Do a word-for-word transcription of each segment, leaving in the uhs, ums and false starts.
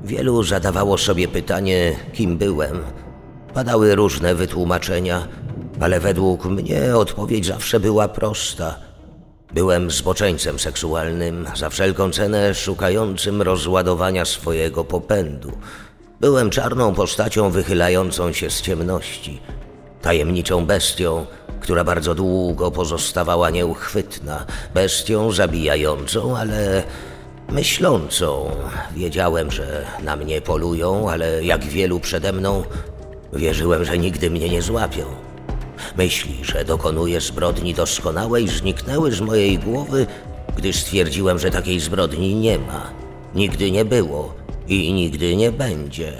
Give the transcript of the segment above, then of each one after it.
Wielu zadawało sobie pytanie, kim byłem. Padały różne wytłumaczenia, ale według mnie odpowiedź zawsze była prosta. Byłem zboczeńcem seksualnym, za wszelką cenę szukającym rozładowania swojego popędu. Byłem czarną postacią wychylającą się z ciemności, tajemniczą bestią, która bardzo długo pozostawała nieuchwytna, bestią zabijającą, ale myślącą. Wiedziałem, że na mnie polują, ale jak wielu przede mną, wierzyłem, że nigdy mnie nie złapią. Myśli, że dokonuję zbrodni doskonałej, zniknęły z mojej głowy, gdy stwierdziłem, że takiej zbrodni nie ma. Nigdy nie było i nigdy nie będzie.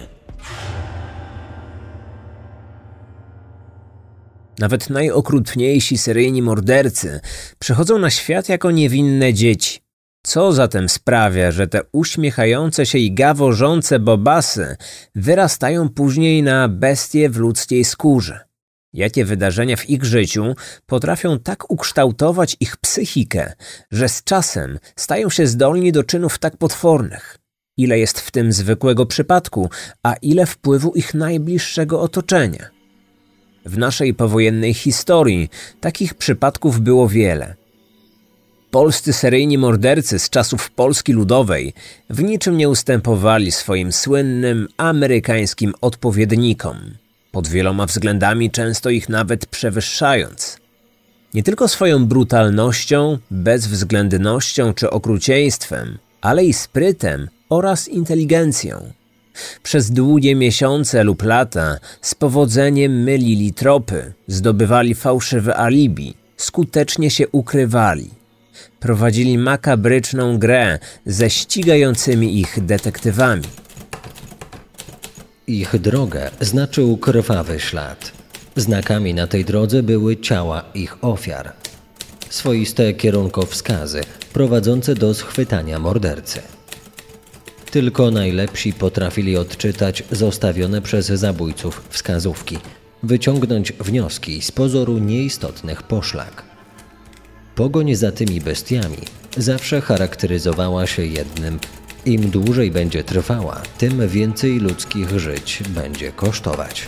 Nawet najokrutniejsi seryjni mordercy przychodzą na świat jako niewinne dzieci. Co zatem sprawia, że te uśmiechające się i gaworzące bobasy wyrastają później na bestie w ludzkiej skórze? Jakie wydarzenia w ich życiu potrafią tak ukształtować ich psychikę, że z czasem stają się zdolni do czynów tak potwornych? Ile jest w tym zwykłego przypadku, a ile wpływu ich najbliższego otoczenia? W naszej powojennej historii takich przypadków było wiele. Polscy seryjni mordercy z czasów Polski Ludowej w niczym nie ustępowali swoim słynnym amerykańskim odpowiednikom, pod wieloma względami często ich nawet przewyższając. Nie tylko swoją brutalnością, bezwzględnością czy okrucieństwem, ale i sprytem oraz inteligencją. Przez długie miesiące lub lata z powodzeniem mylili tropy, zdobywali fałszywe alibi, skutecznie się ukrywali. Prowadzili makabryczną grę ze ścigającymi ich detektywami. Ich drogę znaczył krwawy ślad. Znakami na tej drodze były ciała ich ofiar. Swoiste kierunkowskazy prowadzące do schwytania mordercy. Tylko najlepsi potrafili odczytać zostawione przez zabójców wskazówki, wyciągnąć wnioski z pozoru nieistotnych poszlak. Pogoń za tymi bestiami zawsze charakteryzowała się jednym: im dłużej będzie trwała, tym więcej ludzkich żyć będzie kosztować.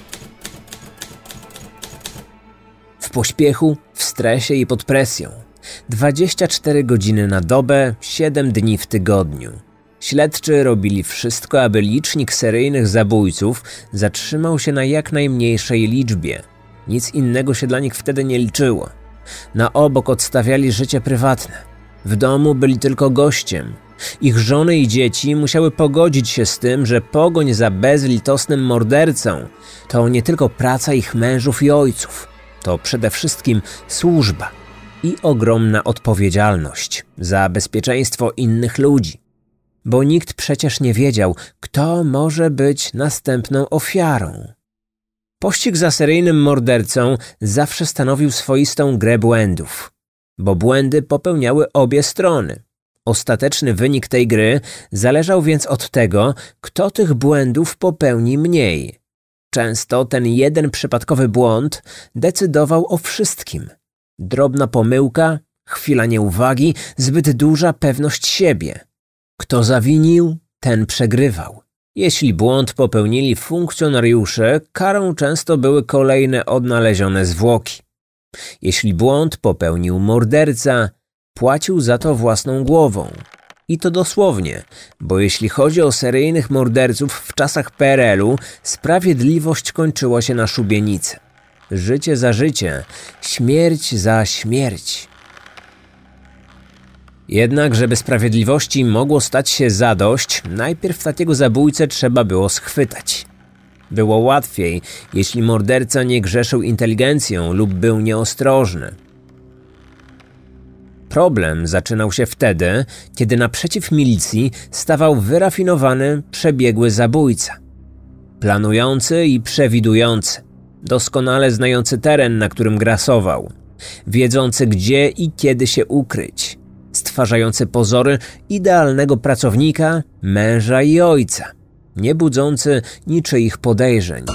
W pośpiechu, w stresie i pod presją. dwadzieścia cztery godziny na dobę, siedem dni w tygodniu. Śledczy robili wszystko, aby licznik seryjnych zabójców zatrzymał się na jak najmniejszej liczbie. Nic innego się dla nich wtedy nie liczyło. Na obok odstawiali życie prywatne. W domu byli tylko gościem. Ich żony i dzieci musiały pogodzić się z tym, że pogoń za bezlitosnym mordercą to nie tylko praca ich mężów i ojców. To przede wszystkim służba i ogromna odpowiedzialność za bezpieczeństwo innych ludzi. Bo nikt przecież nie wiedział, kto może być następną ofiarą. Pościg za seryjnym mordercą zawsze stanowił swoistą grę błędów, bo błędy popełniały obie strony. Ostateczny wynik tej gry zależał więc od tego, kto tych błędów popełni mniej. Często ten jeden przypadkowy błąd decydował o wszystkim. Drobna pomyłka, chwila nieuwagi, zbyt duża pewność siebie. Kto zawinił, ten przegrywał. Jeśli błąd popełnili funkcjonariusze, karą często były kolejne odnalezione zwłoki. Jeśli błąd popełnił morderca, płacił za to własną głową. I to dosłownie, bo jeśli chodzi o seryjnych morderców w czasach P R L u, sprawiedliwość kończyła się na szubienicy. Życie za życie, śmierć za śmierć. Jednak, żeby sprawiedliwości mogło stać się zadość, najpierw takiego zabójcę trzeba było schwytać. Było łatwiej, jeśli morderca nie grzeszył inteligencją lub był nieostrożny. Problem zaczynał się wtedy, kiedy naprzeciw milicji stawał wyrafinowany, przebiegły zabójca. Planujący i przewidujący, doskonale znający teren, na którym grasował, wiedzący gdzie i kiedy się ukryć, stwarzający pozory idealnego pracownika, męża i ojca, nie budzący niczyich podejrzeń.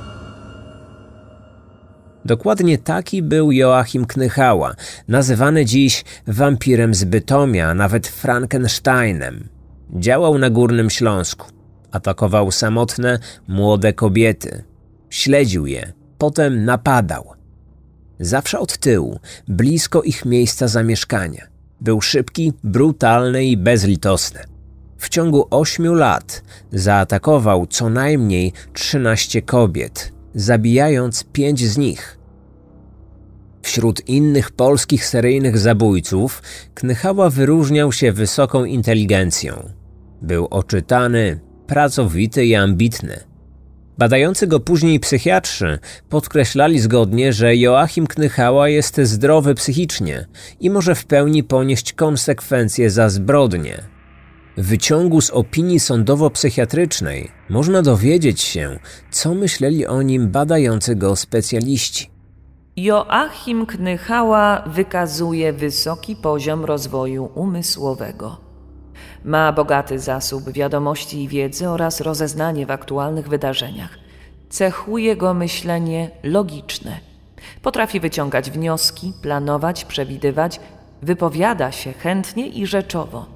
Dokładnie taki był Joachim Knychała, nazywany dziś wampirem z Bytomia, nawet Frankensteinem. Działał na Górnym Śląsku. Atakował samotne, młode kobiety. Śledził je, potem napadał. Zawsze od tyłu, blisko ich miejsca zamieszkania. Był szybki, brutalny i bezlitosny. W ciągu ośmiu lat zaatakował co najmniej trzynaście kobiet, zabijając pięć z nich. Wśród innych polskich seryjnych zabójców Knychała wyróżniał się wysoką inteligencją. Był oczytany, pracowity i ambitny. Badający go później psychiatrzy podkreślali zgodnie, że Joachim Knychała jest zdrowy psychicznie i może w pełni ponieść konsekwencje za zbrodnie. W wyciągu z opinii sądowo-psychiatrycznej można dowiedzieć się, co myśleli o nim badający go specjaliści. Joachim Knychała wykazuje wysoki poziom rozwoju umysłowego. Ma bogaty zasób wiadomości i wiedzy oraz rozeznanie w aktualnych wydarzeniach. Cechuje go myślenie logiczne. Potrafi wyciągać wnioski, planować, przewidywać, wypowiada się chętnie i rzeczowo.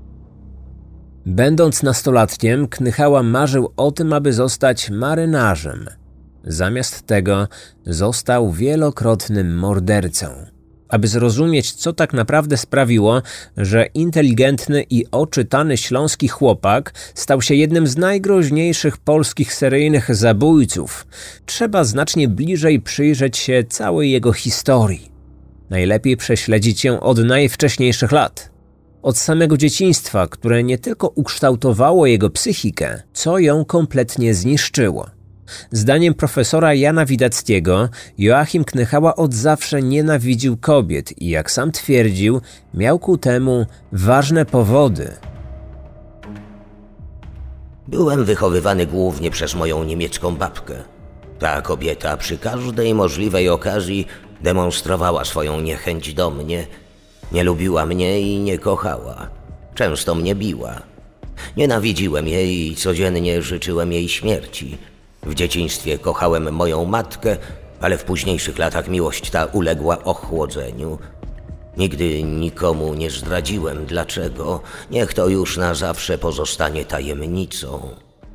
Będąc nastolatkiem, Knychała marzył o tym, aby zostać marynarzem. Zamiast tego został wielokrotnym mordercą. Aby zrozumieć, co tak naprawdę sprawiło, że inteligentny i oczytany śląski chłopak stał się jednym z najgroźniejszych polskich seryjnych zabójców, trzeba znacznie bliżej przyjrzeć się całej jego historii. Najlepiej prześledzić ją od najwcześniejszych lat. Od samego dzieciństwa, które nie tylko ukształtowało jego psychikę, co ją kompletnie zniszczyło. Zdaniem profesora Jana Widackiego, Joachim Knychała od zawsze nienawidził kobiet i, jak sam twierdził, miał ku temu ważne powody. Byłem wychowywany głównie przez moją niemiecką babkę. Ta kobieta przy każdej możliwej okazji demonstrowała swoją niechęć do mnie. Nie lubiła mnie i nie kochała. Często mnie biła. Nienawidziłem jej i codziennie życzyłem jej śmierci. W dzieciństwie kochałem moją matkę, ale w późniejszych latach miłość ta uległa ochłodzeniu. Nigdy nikomu nie zdradziłem dlaczego. Niech to już na zawsze pozostanie tajemnicą.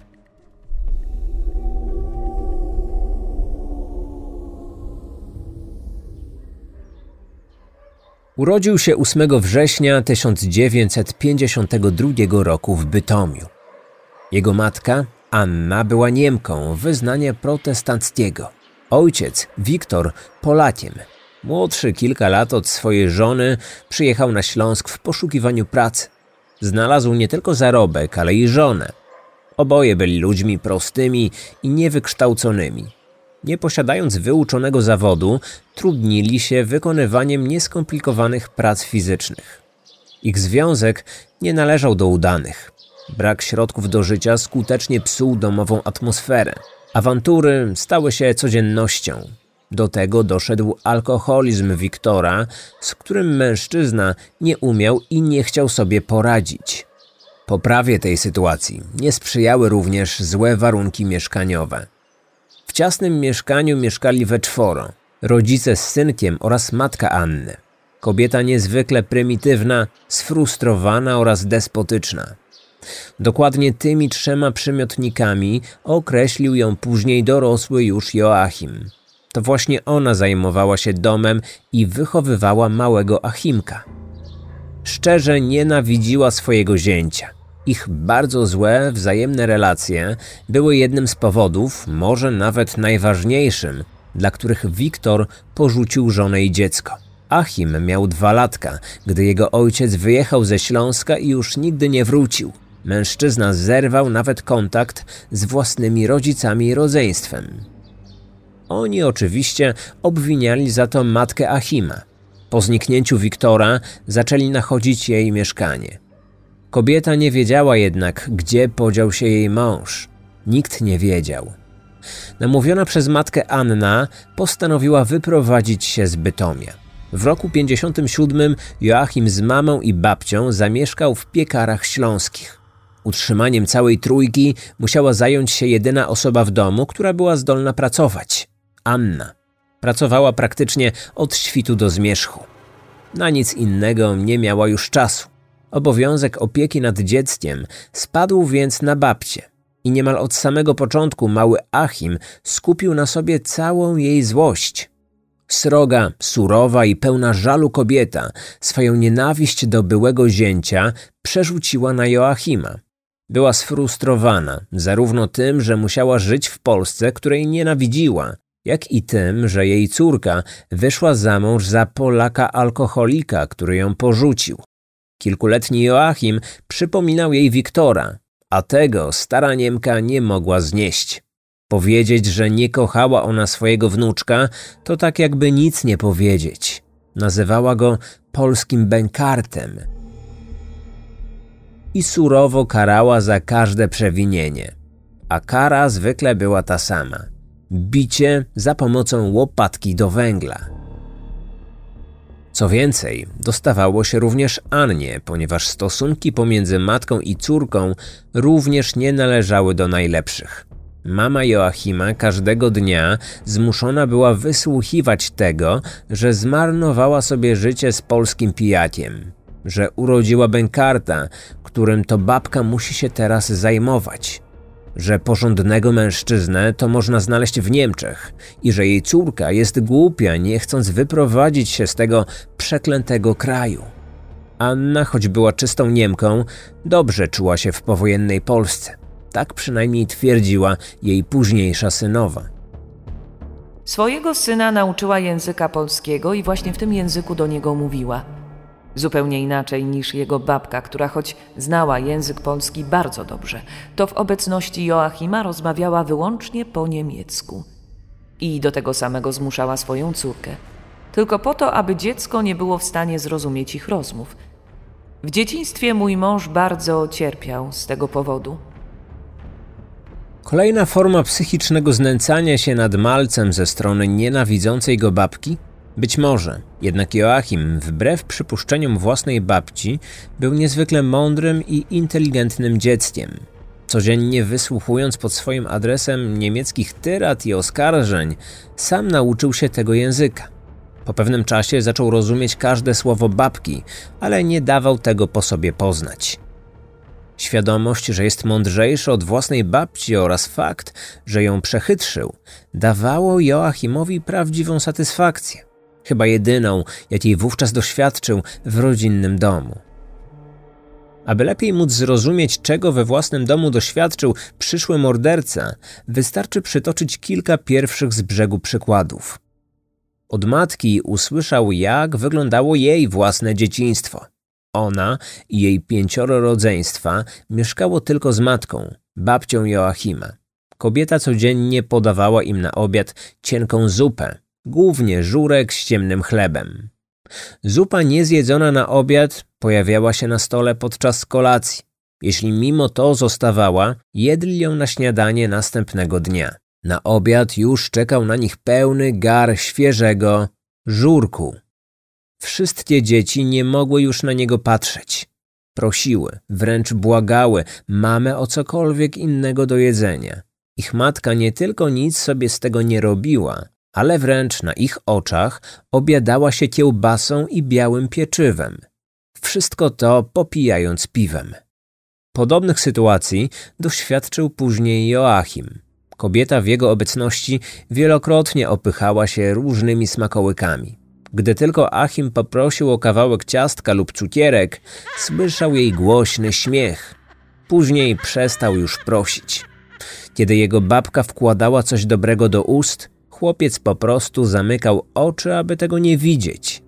Urodził się ósmego września tysiąc dziewięćset pięćdziesiątego drugiego roku w Bytomiu. Jego matka, Anna, była Niemką wyznania protestanckiego. Ojciec, Wiktor, Polakiem. Młodszy kilka lat od swojej żony przyjechał na Śląsk w poszukiwaniu pracy. Znalazł nie tylko zarobek, ale i żonę. Oboje byli ludźmi prostymi i niewykształconymi. Nie posiadając wyuczonego zawodu, trudnili się wykonywaniem nieskomplikowanych prac fizycznych. Ich związek nie należał do udanych. Brak środków do życia skutecznie psuł domową atmosferę. Awantury stały się codziennością. Do tego doszedł alkoholizm Wiktora, z którym mężczyzna nie umiał i nie chciał sobie poradzić. Poprawie tej sytuacji nie sprzyjały również złe warunki mieszkaniowe. W ciasnym mieszkaniu mieszkali we czworo. Rodzice z synkiem oraz matka Anny. Kobieta niezwykle prymitywna, sfrustrowana oraz despotyczna. Dokładnie tymi trzema przymiotnikami określił ją później dorosły już Joachim. To właśnie ona zajmowała się domem i wychowywała małego Achimka. Szczerze nienawidziła swojego zięcia. Ich bardzo złe, wzajemne relacje były jednym z powodów, może nawet najważniejszym, dla których Wiktor porzucił żonę i dziecko. Achim miał dwa latka, gdy jego ojciec wyjechał ze Śląska i już nigdy nie wrócił. Mężczyzna zerwał nawet kontakt z własnymi rodzicami i rodzeństwem. Oni oczywiście obwiniali za to matkę Achima. Po zniknięciu Wiktora zaczęli nachodzić jej mieszkanie. Kobieta nie wiedziała jednak, gdzie podział się jej mąż. Nikt nie wiedział. Namówiona przez matkę Anna postanowiła wyprowadzić się z Bytomia. W roku pięćdziesiątym siódmym Joachim z mamą i babcią zamieszkał w Piekarach Śląskich. Utrzymaniem całej trójki musiała zająć się jedyna osoba w domu, która była zdolna pracować – Anna. Pracowała praktycznie od świtu do zmierzchu. Na nic innego nie miała już czasu. Obowiązek opieki nad dzieckiem spadł więc na babcię. I niemal od samego początku mały Achim skupił na sobie całą jej złość. Sroga, surowa i pełna żalu kobieta swoją nienawiść do byłego zięcia przerzuciła na Joachima. Była sfrustrowana zarówno tym, że musiała żyć w Polsce, której nienawidziła, jak i tym, że jej córka wyszła za mąż za Polaka alkoholika, który ją porzucił. Kilkuletni Joachim przypominał jej Wiktora, a tego stara Niemka nie mogła znieść. Powiedzieć, że nie kochała ona swojego wnuczka, to tak jakby nic nie powiedzieć. Nazywała go polskim bękartem i surowo karała za każde przewinienie. A kara zwykle była ta sama – bicie za pomocą łopatki do węgla. Co więcej, dostawało się również Annie, ponieważ stosunki pomiędzy matką i córką również nie należały do najlepszych. Mama Joachima każdego dnia zmuszona była wysłuchiwać tego, że zmarnowała sobie życie z polskim pijakiem, że urodziła bękarta, którym to babka musi się teraz zajmować, że porządnego mężczyznę to można znaleźć w Niemczech i że jej córka jest głupia, nie chcąc wyprowadzić się z tego przeklętego kraju. Anna, choć była czystą Niemką, dobrze czuła się w powojennej Polsce. Tak przynajmniej twierdziła jej późniejsza synowa. Swojego syna nauczyła języka polskiego i właśnie w tym języku do niego mówiła. Zupełnie inaczej niż jego babka, która choć znała język polski bardzo dobrze, to w obecności Joachima rozmawiała wyłącznie po niemiecku. I do tego samego zmuszała swoją córkę. Tylko po to, aby dziecko nie było w stanie zrozumieć ich rozmów. W dzieciństwie mój mąż bardzo cierpiał z tego powodu. Kolejna forma psychicznego znęcania się nad malcem ze strony nienawidzącej go babki? Być może, jednak Joachim, wbrew przypuszczeniom własnej babci, był niezwykle mądrym i inteligentnym dzieckiem. Codziennie wysłuchując pod swoim adresem niemieckich tyrad i oskarżeń, sam nauczył się tego języka. Po pewnym czasie zaczął rozumieć każde słowo babki, ale nie dawał tego po sobie poznać. Świadomość, że jest mądrzejszy od własnej babci oraz fakt, że ją przechytrzył, dawało Joachimowi prawdziwą satysfakcję. Chyba jedyną, jakiej wówczas doświadczył w rodzinnym domu. Aby lepiej móc zrozumieć, czego we własnym domu doświadczył przyszły morderca, wystarczy przytoczyć kilka pierwszych z brzegu przykładów. Od matki usłyszał, jak wyglądało jej własne dzieciństwo. Ona i jej pięcioro rodzeństwa mieszkało tylko z matką, babcią Joachima. Kobieta codziennie podawała im na obiad cienką zupę, głównie żurek z ciemnym chlebem. Zupa niezjedzona na obiad pojawiała się na stole podczas kolacji. Jeśli mimo to zostawała, jedli ją na śniadanie następnego dnia. Na obiad już czekał na nich pełny gar świeżego żurku. Wszystkie dzieci nie mogły już na niego patrzeć. Prosiły, wręcz błagały mamę o cokolwiek innego do jedzenia. Ich matka nie tylko nic sobie z tego nie robiła, ale wręcz na ich oczach obiadała się kiełbasą i białym pieczywem. Wszystko to popijając piwem. Podobnych sytuacji doświadczył później Joachim. Kobieta w jego obecności wielokrotnie opychała się różnymi smakołykami. Gdy tylko Achim poprosił o kawałek ciastka lub cukierek, słyszał jej głośny śmiech. Później przestał już prosić. Kiedy jego babka wkładała coś dobrego do ust, chłopiec po prostu zamykał oczy, aby tego nie widzieć.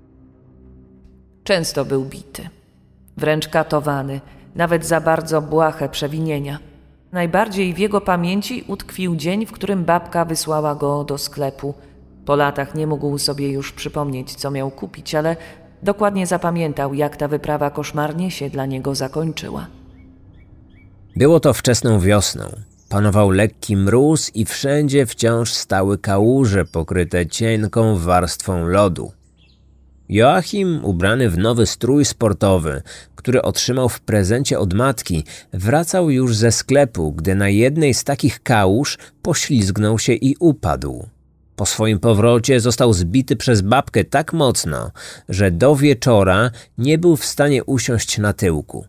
Często był bity, wręcz katowany, nawet za bardzo błahe przewinienia. Najbardziej w jego pamięci utkwił dzień, w którym babka wysłała go do sklepu. Po latach nie mógł sobie już przypomnieć, co miał kupić, ale dokładnie zapamiętał, jak ta wyprawa koszmarnie się dla niego zakończyła. Było to wczesną wiosną. Panował lekki mróz i wszędzie wciąż stały kałuże pokryte cienką warstwą lodu. Joachim, ubrany w nowy strój sportowy, który otrzymał w prezencie od matki, wracał już ze sklepu, gdy na jednej z takich kałuż poślizgnął się i upadł. Po swoim powrocie został zbity przez babkę tak mocno, że do wieczora nie był w stanie usiąść na tyłku.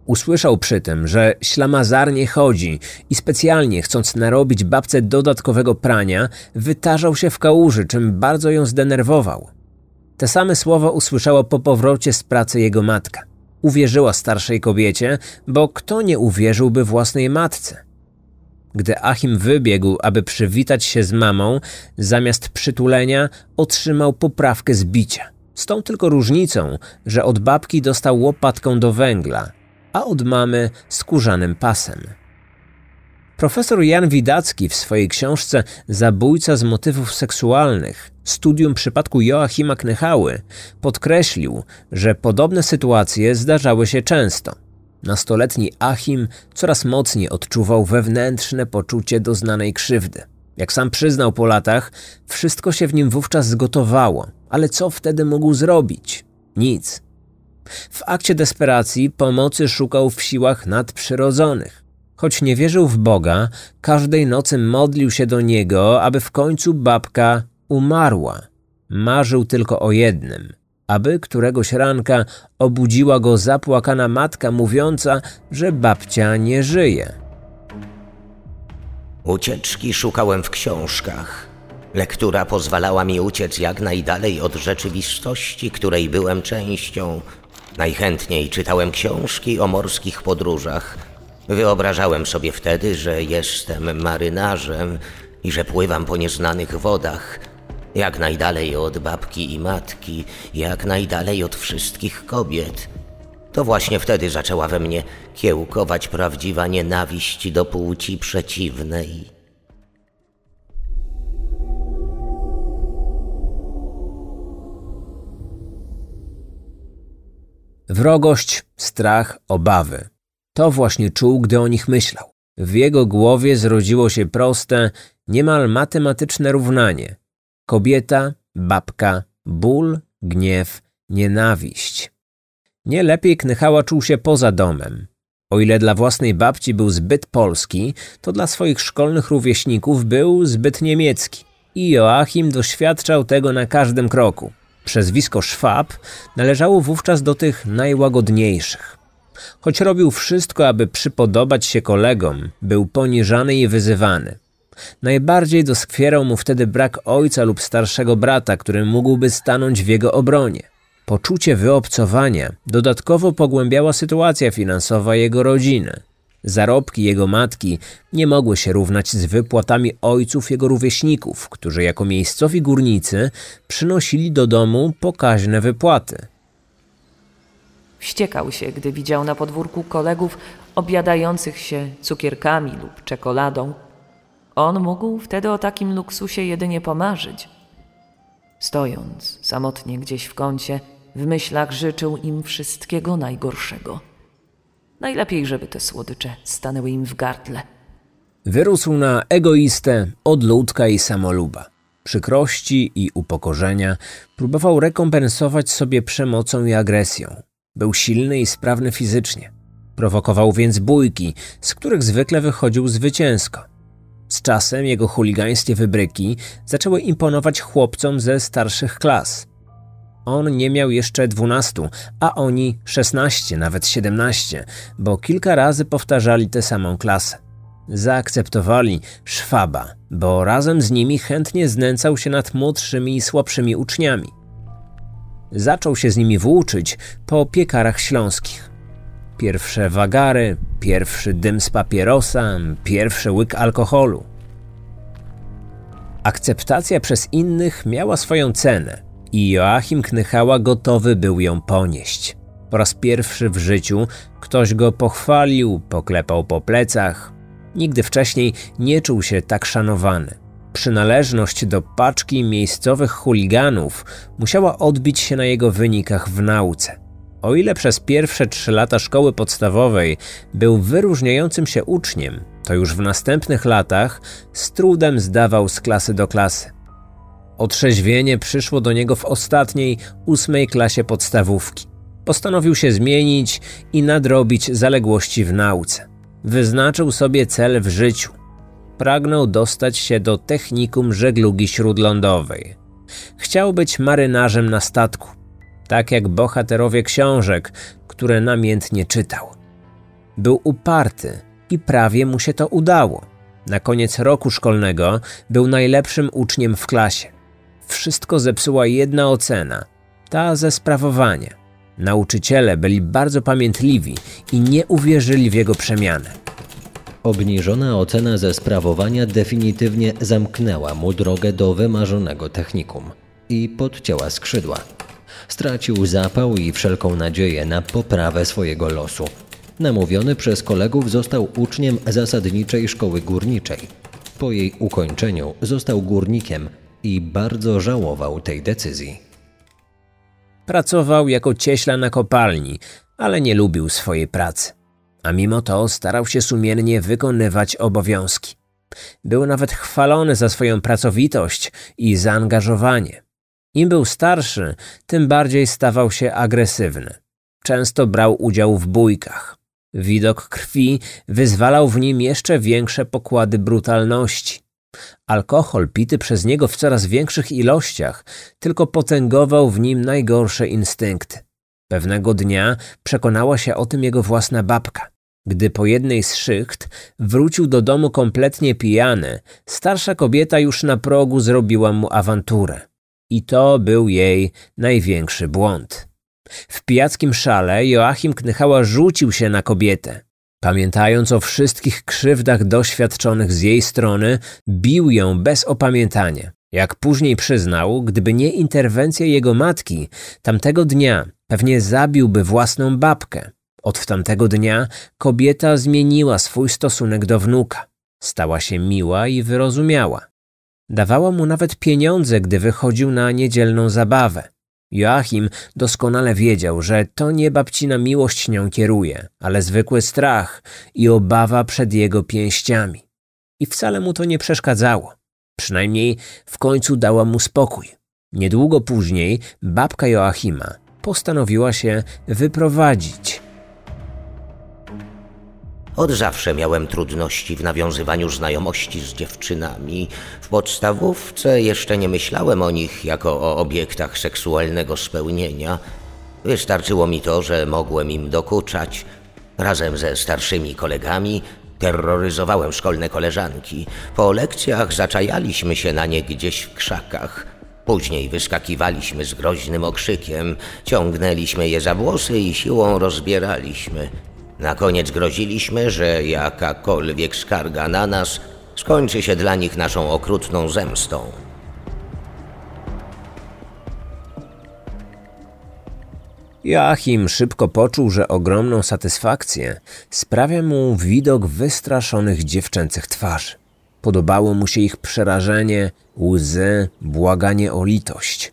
Usłyszał przy tym, że ślamazarnie chodzi i specjalnie chcąc narobić babce dodatkowego prania, wytarzał się w kałuży, czym bardzo ją zdenerwował. Te same słowa usłyszała po powrocie z pracy jego matka. Uwierzyła starszej kobiecie, bo kto nie uwierzyłby własnej matce? Gdy Achim wybiegł, aby przywitać się z mamą, zamiast przytulenia otrzymał poprawkę z bicia. Z tą tylko różnicą, że od babki dostał łopatką do węgla, a od mamy skórzanym pasem. Profesor Jan Widacki w swojej książce Zabójca z motywów seksualnych – studium przypadku Joachima Knychały podkreślił, że podobne sytuacje zdarzały się często. Nastoletni Achim coraz mocniej odczuwał wewnętrzne poczucie doznanej krzywdy. Jak sam przyznał po latach, wszystko się w nim wówczas zgotowało, ale co wtedy mógł zrobić? Nic. W akcie desperacji pomocy szukał w siłach nadprzyrodzonych. Choć nie wierzył w Boga, każdej nocy modlił się do Niego, aby w końcu babka umarła. Marzył tylko o jednym, aby któregoś ranka obudziła go zapłakana matka mówiąca, że babcia nie żyje. Ucieczki szukałem w książkach. Lektura pozwalała mi uciec jak najdalej od rzeczywistości, której byłem częścią. Najchętniej czytałem książki o morskich podróżach. Wyobrażałem sobie wtedy, że jestem marynarzem i że pływam po nieznanych wodach. Jak najdalej od babki i matki, jak najdalej od wszystkich kobiet. To właśnie wtedy zaczęła we mnie kiełkować prawdziwa nienawiść do płci przeciwnej. Wrogość, strach, obawy. To właśnie czuł, gdy o nich myślał. W jego głowie zrodziło się proste, niemal matematyczne równanie. Kobieta, babka, ból, gniew, nienawiść. Nie lepiej Knychała czuł się poza domem. O ile dla własnej babci był zbyt polski, to dla swoich szkolnych rówieśników był zbyt niemiecki. I Joachim doświadczał tego na każdym kroku. Przezwisko Szwab należało wówczas do tych najłagodniejszych. Choć robił wszystko, aby przypodobać się kolegom, był poniżany i wyzywany. Najbardziej doskwierał mu wtedy brak ojca lub starszego brata, który mógłby stanąć w jego obronie. Poczucie wyobcowania dodatkowo pogłębiała sytuacja finansowa jego rodziny. Zarobki jego matki nie mogły się równać z wypłatami ojców jego rówieśników, którzy jako miejscowi górnicy przynosili do domu pokaźne wypłaty. Wściekał się, gdy widział na podwórku kolegów obiadających się cukierkami lub czekoladą. On mógł wtedy o takim luksusie jedynie pomarzyć. Stojąc samotnie gdzieś w kącie, w myślach życzył im wszystkiego najgorszego. Najlepiej, żeby te słodycze stanęły im w gardle. Wyrósł na egoistę, odludka i samoluba. Przykrości i upokorzenia próbował rekompensować sobie przemocą i agresją. Był silny i sprawny fizycznie. Prowokował więc bójki, z których zwykle wychodził zwycięsko. Z czasem jego chuligańskie wybryki zaczęły imponować chłopcom ze starszych klas. On nie miał jeszcze dwunastu, a oni szesnaście, nawet siedemnaście, bo kilka razy powtarzali tę samą klasę. Zaakceptowali Szwaba, bo razem z nimi chętnie znęcał się nad młodszymi i słabszymi uczniami. Zaczął się z nimi włóczyć po piekarach śląskich. Pierwsze wagary, pierwszy dym z papierosa, pierwszy łyk alkoholu. Akceptacja przez innych miała swoją cenę i Joachim Knychała gotowy był ją ponieść. Po raz pierwszy w życiu ktoś go pochwalił, poklepał po plecach. Nigdy wcześniej nie czuł się tak szanowany. Przynależność do paczki miejscowych chuliganów musiała odbić się na jego wynikach w nauce. O ile przez pierwsze trzy lata szkoły podstawowej był wyróżniającym się uczniem, to już w następnych latach z trudem zdawał z klasy do klasy. Otrzeźwienie przyszło do niego w ostatniej, ósmej klasie podstawówki. Postanowił się zmienić i nadrobić zaległości w nauce. Wyznaczył sobie cel w życiu. Pragnął dostać się do technikum żeglugi śródlądowej. Chciał być marynarzem na statku, tak jak bohaterowie książek, które namiętnie czytał. Był uparty i prawie mu się to udało. Na koniec roku szkolnego był najlepszym uczniem w klasie. Wszystko zepsuła jedna ocena, ta ze sprawowania. Nauczyciele byli bardzo pamiętliwi i nie uwierzyli w jego przemianę. Obniżona ocena ze sprawowania definitywnie zamknęła mu drogę do wymarzonego technikum i podcięła skrzydła. Stracił zapał i wszelką nadzieję na poprawę swojego losu. Namówiony przez kolegów został uczniem zasadniczej szkoły górniczej. Po jej ukończeniu został górnikiem i bardzo żałował tej decyzji. Pracował jako cieśla na kopalni, ale nie lubił swojej pracy. A mimo to starał się sumiennie wykonywać obowiązki. Był nawet chwalony za swoją pracowitość i zaangażowanie. Im był starszy, tym bardziej stawał się agresywny. Często brał udział w bójkach. Widok krwi wyzwalał w nim jeszcze większe pokłady brutalności. Alkohol pity przez niego w coraz większych ilościach tylko potęgował w nim najgorsze instynkty. Pewnego dnia przekonała się o tym jego własna babka. Gdy po jednej z szycht wrócił do domu kompletnie pijany, starsza kobieta już na progu zrobiła mu awanturę. I to był jej największy błąd. W pijackim szale Joachim Knychała rzucił się na kobietę. Pamiętając o wszystkich krzywdach doświadczonych z jej strony, bił ją bez opamiętania. Jak później przyznał, gdyby nie interwencja jego matki, tamtego dnia pewnie zabiłby własną babkę. Od tamtego dnia kobieta zmieniła swój stosunek do wnuka. Stała się miła i wyrozumiała. Dawała mu nawet pieniądze, gdy wychodził na niedzielną zabawę. Joachim doskonale wiedział, że to nie babcina miłość nią kieruje, ale zwykły strach i obawa przed jego pięściami. I wcale mu to nie przeszkadzało. Przynajmniej w końcu dała mu spokój. Niedługo później babka Joachima postanowiła się wyprowadzić. Od zawsze miałem trudności w nawiązywaniu znajomości z dziewczynami. W podstawówce jeszcze nie myślałem o nich jako o obiektach seksualnego spełnienia. Wystarczyło mi to, że mogłem im dokuczać. Razem ze starszymi kolegami terroryzowałem szkolne koleżanki. Po lekcjach zaczajaliśmy się na nie gdzieś w krzakach. Później wyskakiwaliśmy z groźnym okrzykiem, ciągnęliśmy je za włosy i siłą rozbieraliśmy. Na koniec groziliśmy, że jakakolwiek skarga na nas skończy się dla nich naszą okrutną zemstą. Joachim szybko poczuł, że ogromną satysfakcję sprawia mu widok wystraszonych dziewczęcych twarzy. Podobało mu się ich przerażenie, łzy, błaganie o litość.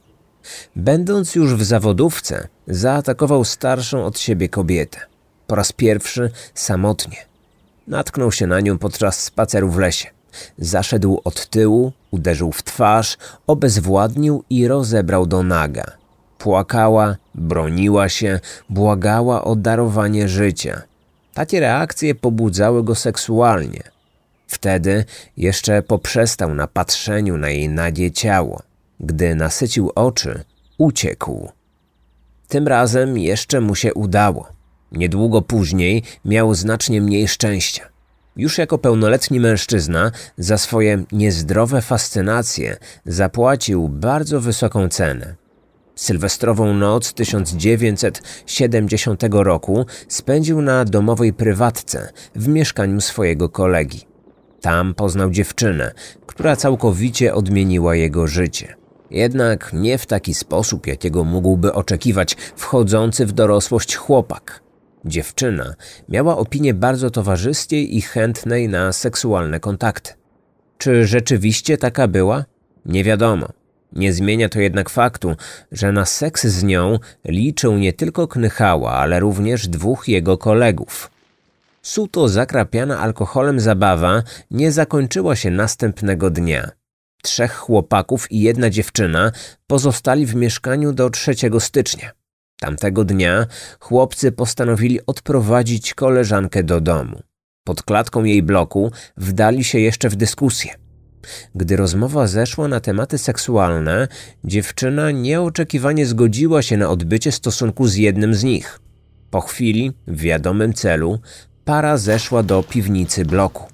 Będąc już w zawodówce, zaatakował starszą od siebie kobietę. Po raz pierwszy samotnie. Natknął się na nią podczas spaceru w lesie. Zaszedł od tyłu, uderzył w twarz, obezwładnił i rozebrał do naga. Płakała, broniła się, błagała o darowanie życia. Takie reakcje pobudzały go seksualnie. Wtedy jeszcze poprzestał na patrzeniu na jej nagie ciało. Gdy nasycił oczy, uciekł. Tym razem jeszcze mu się udało. Niedługo później miał znacznie mniej szczęścia. Już jako pełnoletni mężczyzna za swoje niezdrowe fascynacje zapłacił bardzo wysoką cenę. Sylwestrową noc tysiąc dziewięćset siedemdziesiątego roku spędził na domowej prywatce w mieszkaniu swojego kolegi. Tam poznał dziewczynę, która całkowicie odmieniła jego życie. Jednak nie w taki sposób, jakiego mógłby oczekiwać wchodzący w dorosłość chłopak. Dziewczyna miała opinię bardzo towarzyskiej i chętnej na seksualne kontakty. Czy rzeczywiście taka była? Nie wiadomo. Nie zmienia to jednak faktu, że na seks z nią liczył nie tylko Knychała, ale również dwóch jego kolegów. Suto zakrapiana alkoholem zabawa nie zakończyła się następnego dnia. Trzech chłopaków i jedna dziewczyna pozostali w mieszkaniu do trzeciego stycznia. Tamtego dnia chłopcy postanowili odprowadzić koleżankę do domu. Pod klatką jej bloku wdali się jeszcze w dyskusję. Gdy rozmowa zeszła na tematy seksualne, dziewczyna nieoczekiwanie zgodziła się na odbycie stosunku z jednym z nich. Po chwili, w wiadomym celu, para zeszła do piwnicy bloku.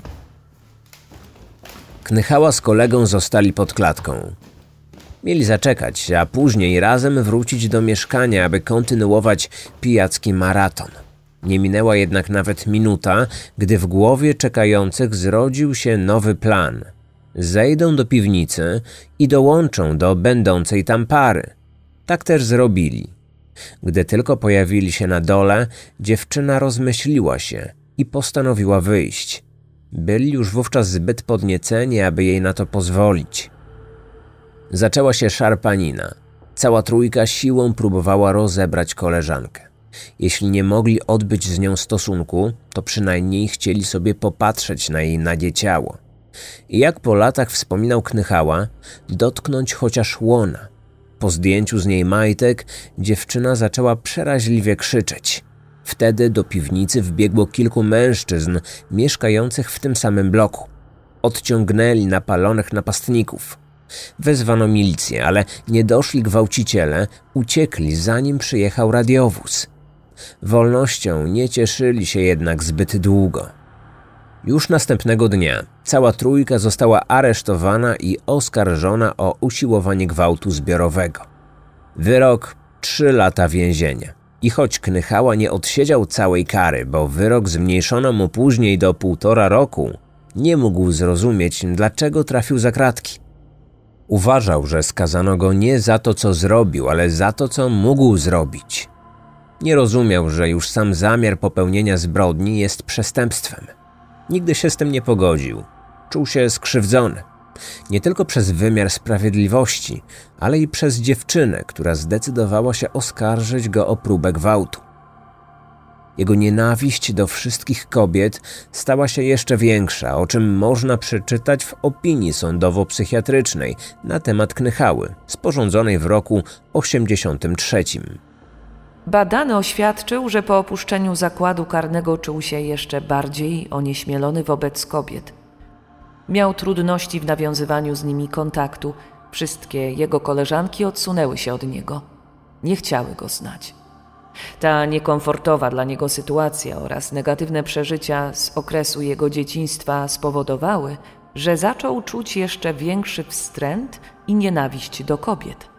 Knychała z kolegą zostali pod klatką. Mieli zaczekać, a później razem wrócić do mieszkania, aby kontynuować pijacki maraton. Nie minęła jednak nawet minuta, gdy w głowie czekających zrodził się nowy plan. Zejdą do piwnicy i dołączą do będącej tam pary. Tak też zrobili. Gdy tylko pojawili się na dole, dziewczyna rozmyśliła się i postanowiła wyjść. Byli już wówczas zbyt podnieceni, aby jej na to pozwolić. Zaczęła się szarpanina. Cała trójka siłą próbowała rozebrać koleżankę. Jeśli nie mogli odbyć z nią stosunku, to przynajmniej chcieli sobie popatrzeć na jej nagie ciało. I jak po latach wspominał Knychała, dotknąć chociaż łona. Po zdjęciu z niej majtek dziewczyna zaczęła przeraźliwie krzyczeć. Wtedy do piwnicy wbiegło kilku mężczyzn mieszkających w tym samym bloku. Odciągnęli napalonych napastników. Wezwano milicję, ale niedoszli gwałciciele uciekli, zanim przyjechał radiowóz. Wolnością nie cieszyli się jednak zbyt długo. Już następnego dnia cała trójka została aresztowana i oskarżona o usiłowanie gwałtu zbiorowego. Wyrok trzy lata więzienia. I choć Knychała nie odsiedział całej kary, bo wyrok zmniejszono mu później do półtora roku, nie mógł zrozumieć, dlaczego trafił za kratki. Uważał, że skazano go nie za to, co zrobił, ale za to, co mógł zrobić. Nie rozumiał, że już sam zamiar popełnienia zbrodni jest przestępstwem. Nigdy się z tym nie pogodził. Czuł się skrzywdzony. Nie tylko przez wymiar sprawiedliwości, ale i przez dziewczynę, która zdecydowała się oskarżyć go o próbę gwałtu. Jego nienawiść do wszystkich kobiet stała się jeszcze większa, o czym można przeczytać w opinii sądowo-psychiatrycznej na temat Knychały, sporządzonej w roku osiemdziesiątym trzecim. Badany oświadczył, że po opuszczeniu zakładu karnego czuł się jeszcze bardziej onieśmielony wobec kobiet. Miał trudności w nawiązywaniu z nimi kontaktu. Wszystkie jego koleżanki odsunęły się od niego. Nie chciały go znać. Ta niekomfortowa dla niego sytuacja oraz negatywne przeżycia z okresu jego dzieciństwa spowodowały, że zaczął czuć jeszcze większy wstręt i nienawiść do kobiet.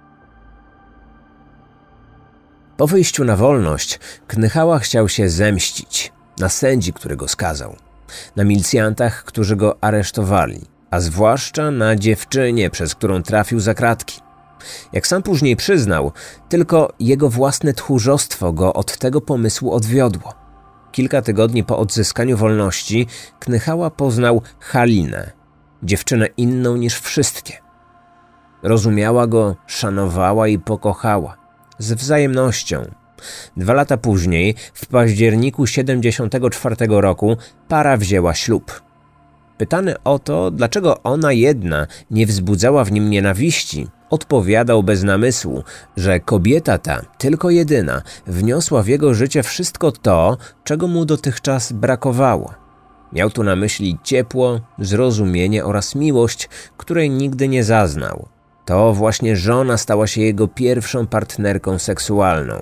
Po wyjściu na wolność Knychała chciał się zemścić na sędzi, który go skazał, na milicjantach, którzy go aresztowali, a zwłaszcza na dziewczynie, przez którą trafił za kratki. Jak sam później przyznał, tylko jego własne tchórzostwo go od tego pomysłu odwiodło. Kilka tygodni po odzyskaniu wolności Knychała poznał Halinę, dziewczynę inną niż wszystkie. Rozumiała go, szanowała i pokochała. Z wzajemnością. Dwa lata później, w październiku siedemdziesiątego czwartego roku, para wzięła ślub. Pytany o to, dlaczego ona jedna nie wzbudzała w nim nienawiści, odpowiadał bez namysłu, że kobieta ta, tylko jedyna, wniosła w jego życie wszystko to, czego mu dotychczas brakowało. Miał tu na myśli ciepło, zrozumienie oraz miłość, której nigdy nie zaznał. To właśnie żona stała się jego pierwszą partnerką seksualną.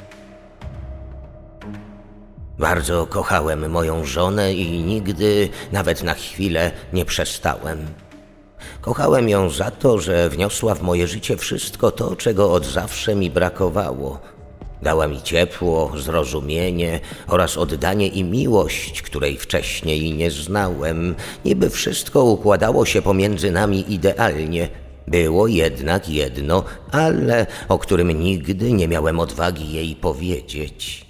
Bardzo kochałem moją żonę i nigdy, nawet na chwilę, nie przestałem. Kochałem ją za to, że wniosła w moje życie wszystko to, czego od zawsze mi brakowało. Dała mi ciepło, zrozumienie oraz oddanie i miłość, której wcześniej nie znałem. Niby wszystko układało się pomiędzy nami idealnie. Było jednak jedno, ale o którym nigdy nie miałem odwagi jej powiedzieć.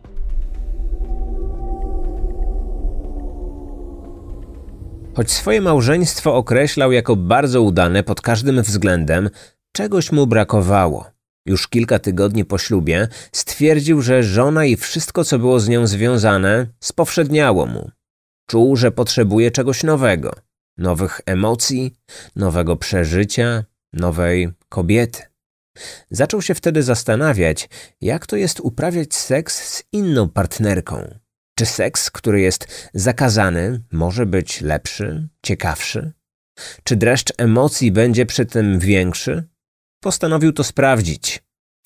Choć swoje małżeństwo określał jako bardzo udane pod każdym względem, czegoś mu brakowało. Już kilka tygodni po ślubie stwierdził, że żona i wszystko, co było z nią związane, spowszedniało mu. Czuł, że potrzebuje czegoś nowego. Nowych emocji, nowego przeżycia, nowej kobiety. Zaczął się wtedy zastanawiać, jak to jest uprawiać seks z inną partnerką. Czy seks, który jest zakazany, może być lepszy, ciekawszy? Czy dreszcz emocji będzie przy tym większy? Postanowił to sprawdzić.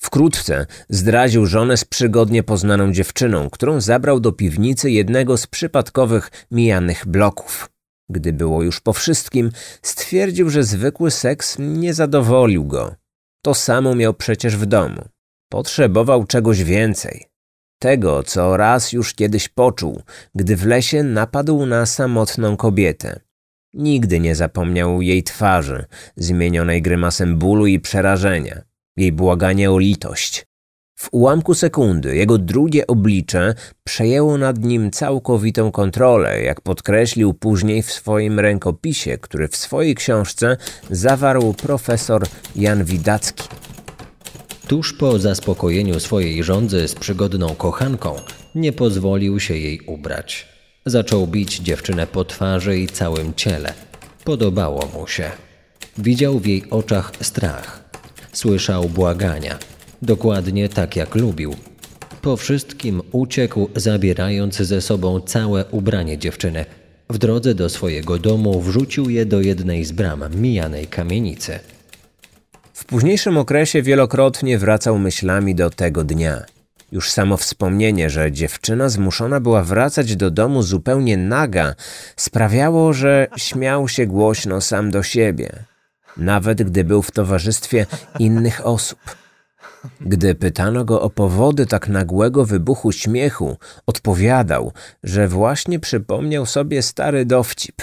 Wkrótce zdradził żonę z przygodnie poznaną dziewczyną, którą zabrał do piwnicy jednego z przypadkowych mijanych bloków. Gdy było już po wszystkim, stwierdził, że zwykły seks nie zadowolił go. To samo miał przecież w domu. Potrzebował czegoś więcej. Tego, co raz już kiedyś poczuł, gdy w lesie napadł na samotną kobietę. Nigdy nie zapomniał jej twarzy, zmienionej grymasem bólu i przerażenia. Jej błaganie o litość. W ułamku sekundy jego drugie oblicze przejęło nad nim całkowitą kontrolę, jak podkreślił później w swoim rękopisie, który w swojej książce zawarł profesor Jan Widacki. Tuż po zaspokojeniu swojej żądzy z przygodną kochanką nie pozwolił się jej ubrać. Zaczął bić dziewczynę po twarzy i całym ciele. Podobało mu się. Widział w jej oczach strach. Słyszał błagania. Dokładnie tak jak lubił. Po wszystkim uciekł, zabierając ze sobą całe ubranie dziewczyny. W drodze do swojego domu wrzucił je do jednej z bram mijanej kamienicy. W późniejszym okresie wielokrotnie wracał myślami do tego dnia. Już samo wspomnienie, że dziewczyna zmuszona była wracać do domu zupełnie naga, sprawiało, że śmiał się głośno sam do siebie, nawet gdy był w towarzystwie innych osób. Gdy pytano go o powody tak nagłego wybuchu śmiechu, odpowiadał, że właśnie przypomniał sobie stary dowcip.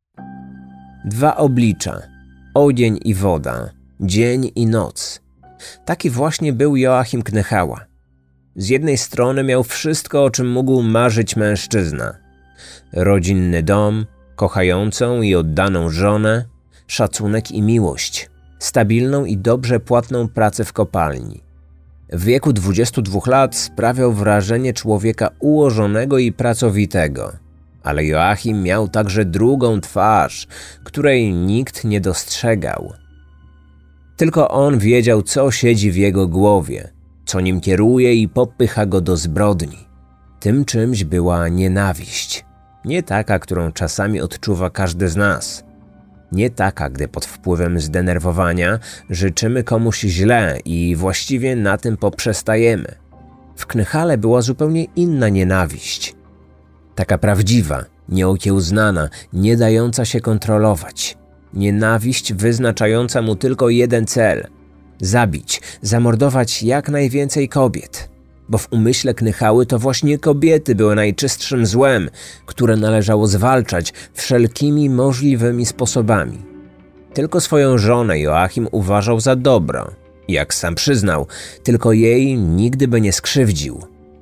Dwa oblicza, ogień i woda, dzień i noc. Taki właśnie był Joachim Knychała. Z jednej strony miał wszystko, o czym mógł marzyć mężczyzna. Rodzinny dom, kochającą i oddaną żonę, szacunek i miłość, stabilną i dobrze płatną pracę w kopalni. W wieku dwudziestu dwóch lat sprawiał wrażenie człowieka ułożonego i pracowitego. Ale Joachim miał także drugą twarz, której nikt nie dostrzegał. Tylko on wiedział, co siedzi w jego głowie, co nim kieruje i popycha go do zbrodni. Tym czymś była nienawiść. Nie taka, którą czasami odczuwa każdy z nas. Nie taka, gdy pod wpływem zdenerwowania życzymy komuś źle i właściwie na tym poprzestajemy. W Knychale była zupełnie inna nienawiść. Taka prawdziwa, nieokiełznana, nie dająca się kontrolować. Nienawiść wyznaczająca mu tylko jeden cel – zabić, zamordować jak najwięcej kobiet. Bo w umyśle Knychały to właśnie kobiety były najczystszym złem, które należało zwalczać wszelkimi możliwymi sposobami. Tylko swoją żonę Joachim uważał za dobro. Jak sam przyznał, tylko jej nigdy by nie skrzywdził.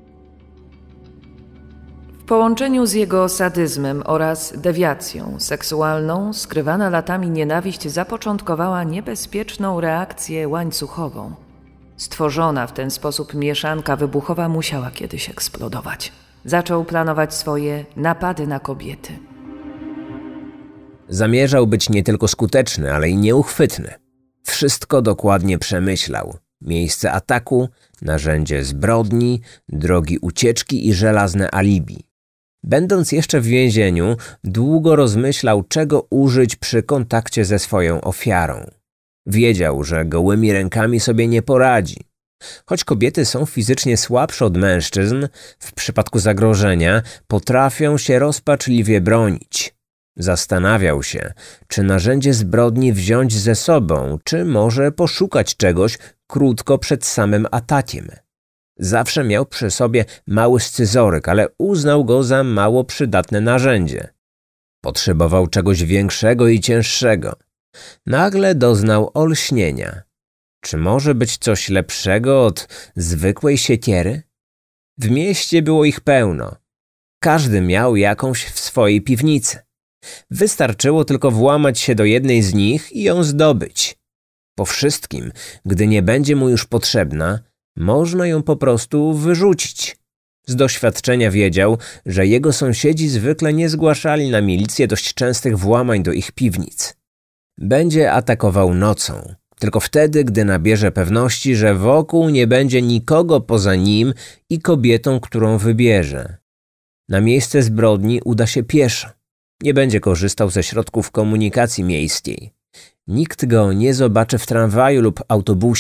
W połączeniu z jego sadyzmem oraz dewiacją seksualną skrywana latami nienawiść zapoczątkowała niebezpieczną reakcję łańcuchową. Stworzona w ten sposób mieszanka wybuchowa musiała kiedyś eksplodować. Zaczął planować swoje napady na kobiety. Zamierzał być nie tylko skuteczny, ale i nieuchwytny. Wszystko dokładnie przemyślał. Miejsce ataku, narzędzie zbrodni, drogi ucieczki i żelazne alibi. Będąc jeszcze w więzieniu, długo rozmyślał, czego użyć przy kontakcie ze swoją ofiarą. Wiedział, że gołymi rękami sobie nie poradzi. Choć kobiety są fizycznie słabsze od mężczyzn, w przypadku zagrożenia potrafią się rozpaczliwie bronić. Zastanawiał się, czy narzędzie zbrodni wziąć ze sobą, czy może poszukać czegoś krótko przed samym atakiem. Zawsze miał przy sobie mały scyzoryk, ale uznał go za mało przydatne narzędzie. Potrzebował czegoś większego i cięższego. Nagle doznał olśnienia. Czy może być coś lepszego od zwykłej siekiery? W mieście było ich pełno. Każdy miał jakąś w swojej piwnicy. Wystarczyło tylko włamać się do jednej z nich i ją zdobyć. Po wszystkim, gdy nie będzie mu już potrzebna, można ją po prostu wyrzucić. Z doświadczenia wiedział, że jego sąsiedzi zwykle nie zgłaszali na milicję dość częstych włamań do ich piwnic. Będzie atakował nocą, tylko wtedy, gdy nabierze pewności, że wokół nie będzie nikogo poza nim i kobietą, którą wybierze. Na miejsce zbrodni uda się pieszo. Nie będzie korzystał ze środków komunikacji miejskiej. Nikt go nie zobaczy w tramwaju lub autobusie.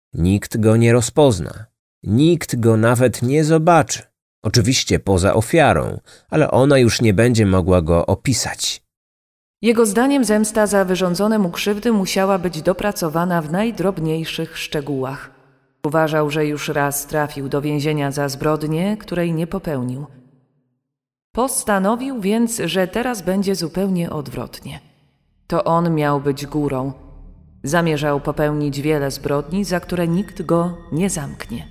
Nikt go nie rozpozna. Nikt go nawet nie zobaczy. Oczywiście poza ofiarą, ale ona już nie będzie mogła go opisać. Jego zdaniem zemsta za wyrządzone mu krzywdy musiała być dopracowana w najdrobniejszych szczegółach. Uważał, że już raz trafił do więzienia za zbrodnię, której nie popełnił. Postanowił więc, że teraz będzie zupełnie odwrotnie. To on miał być górą. Zamierzał popełnić wiele zbrodni, za które nikt go nie zamknie.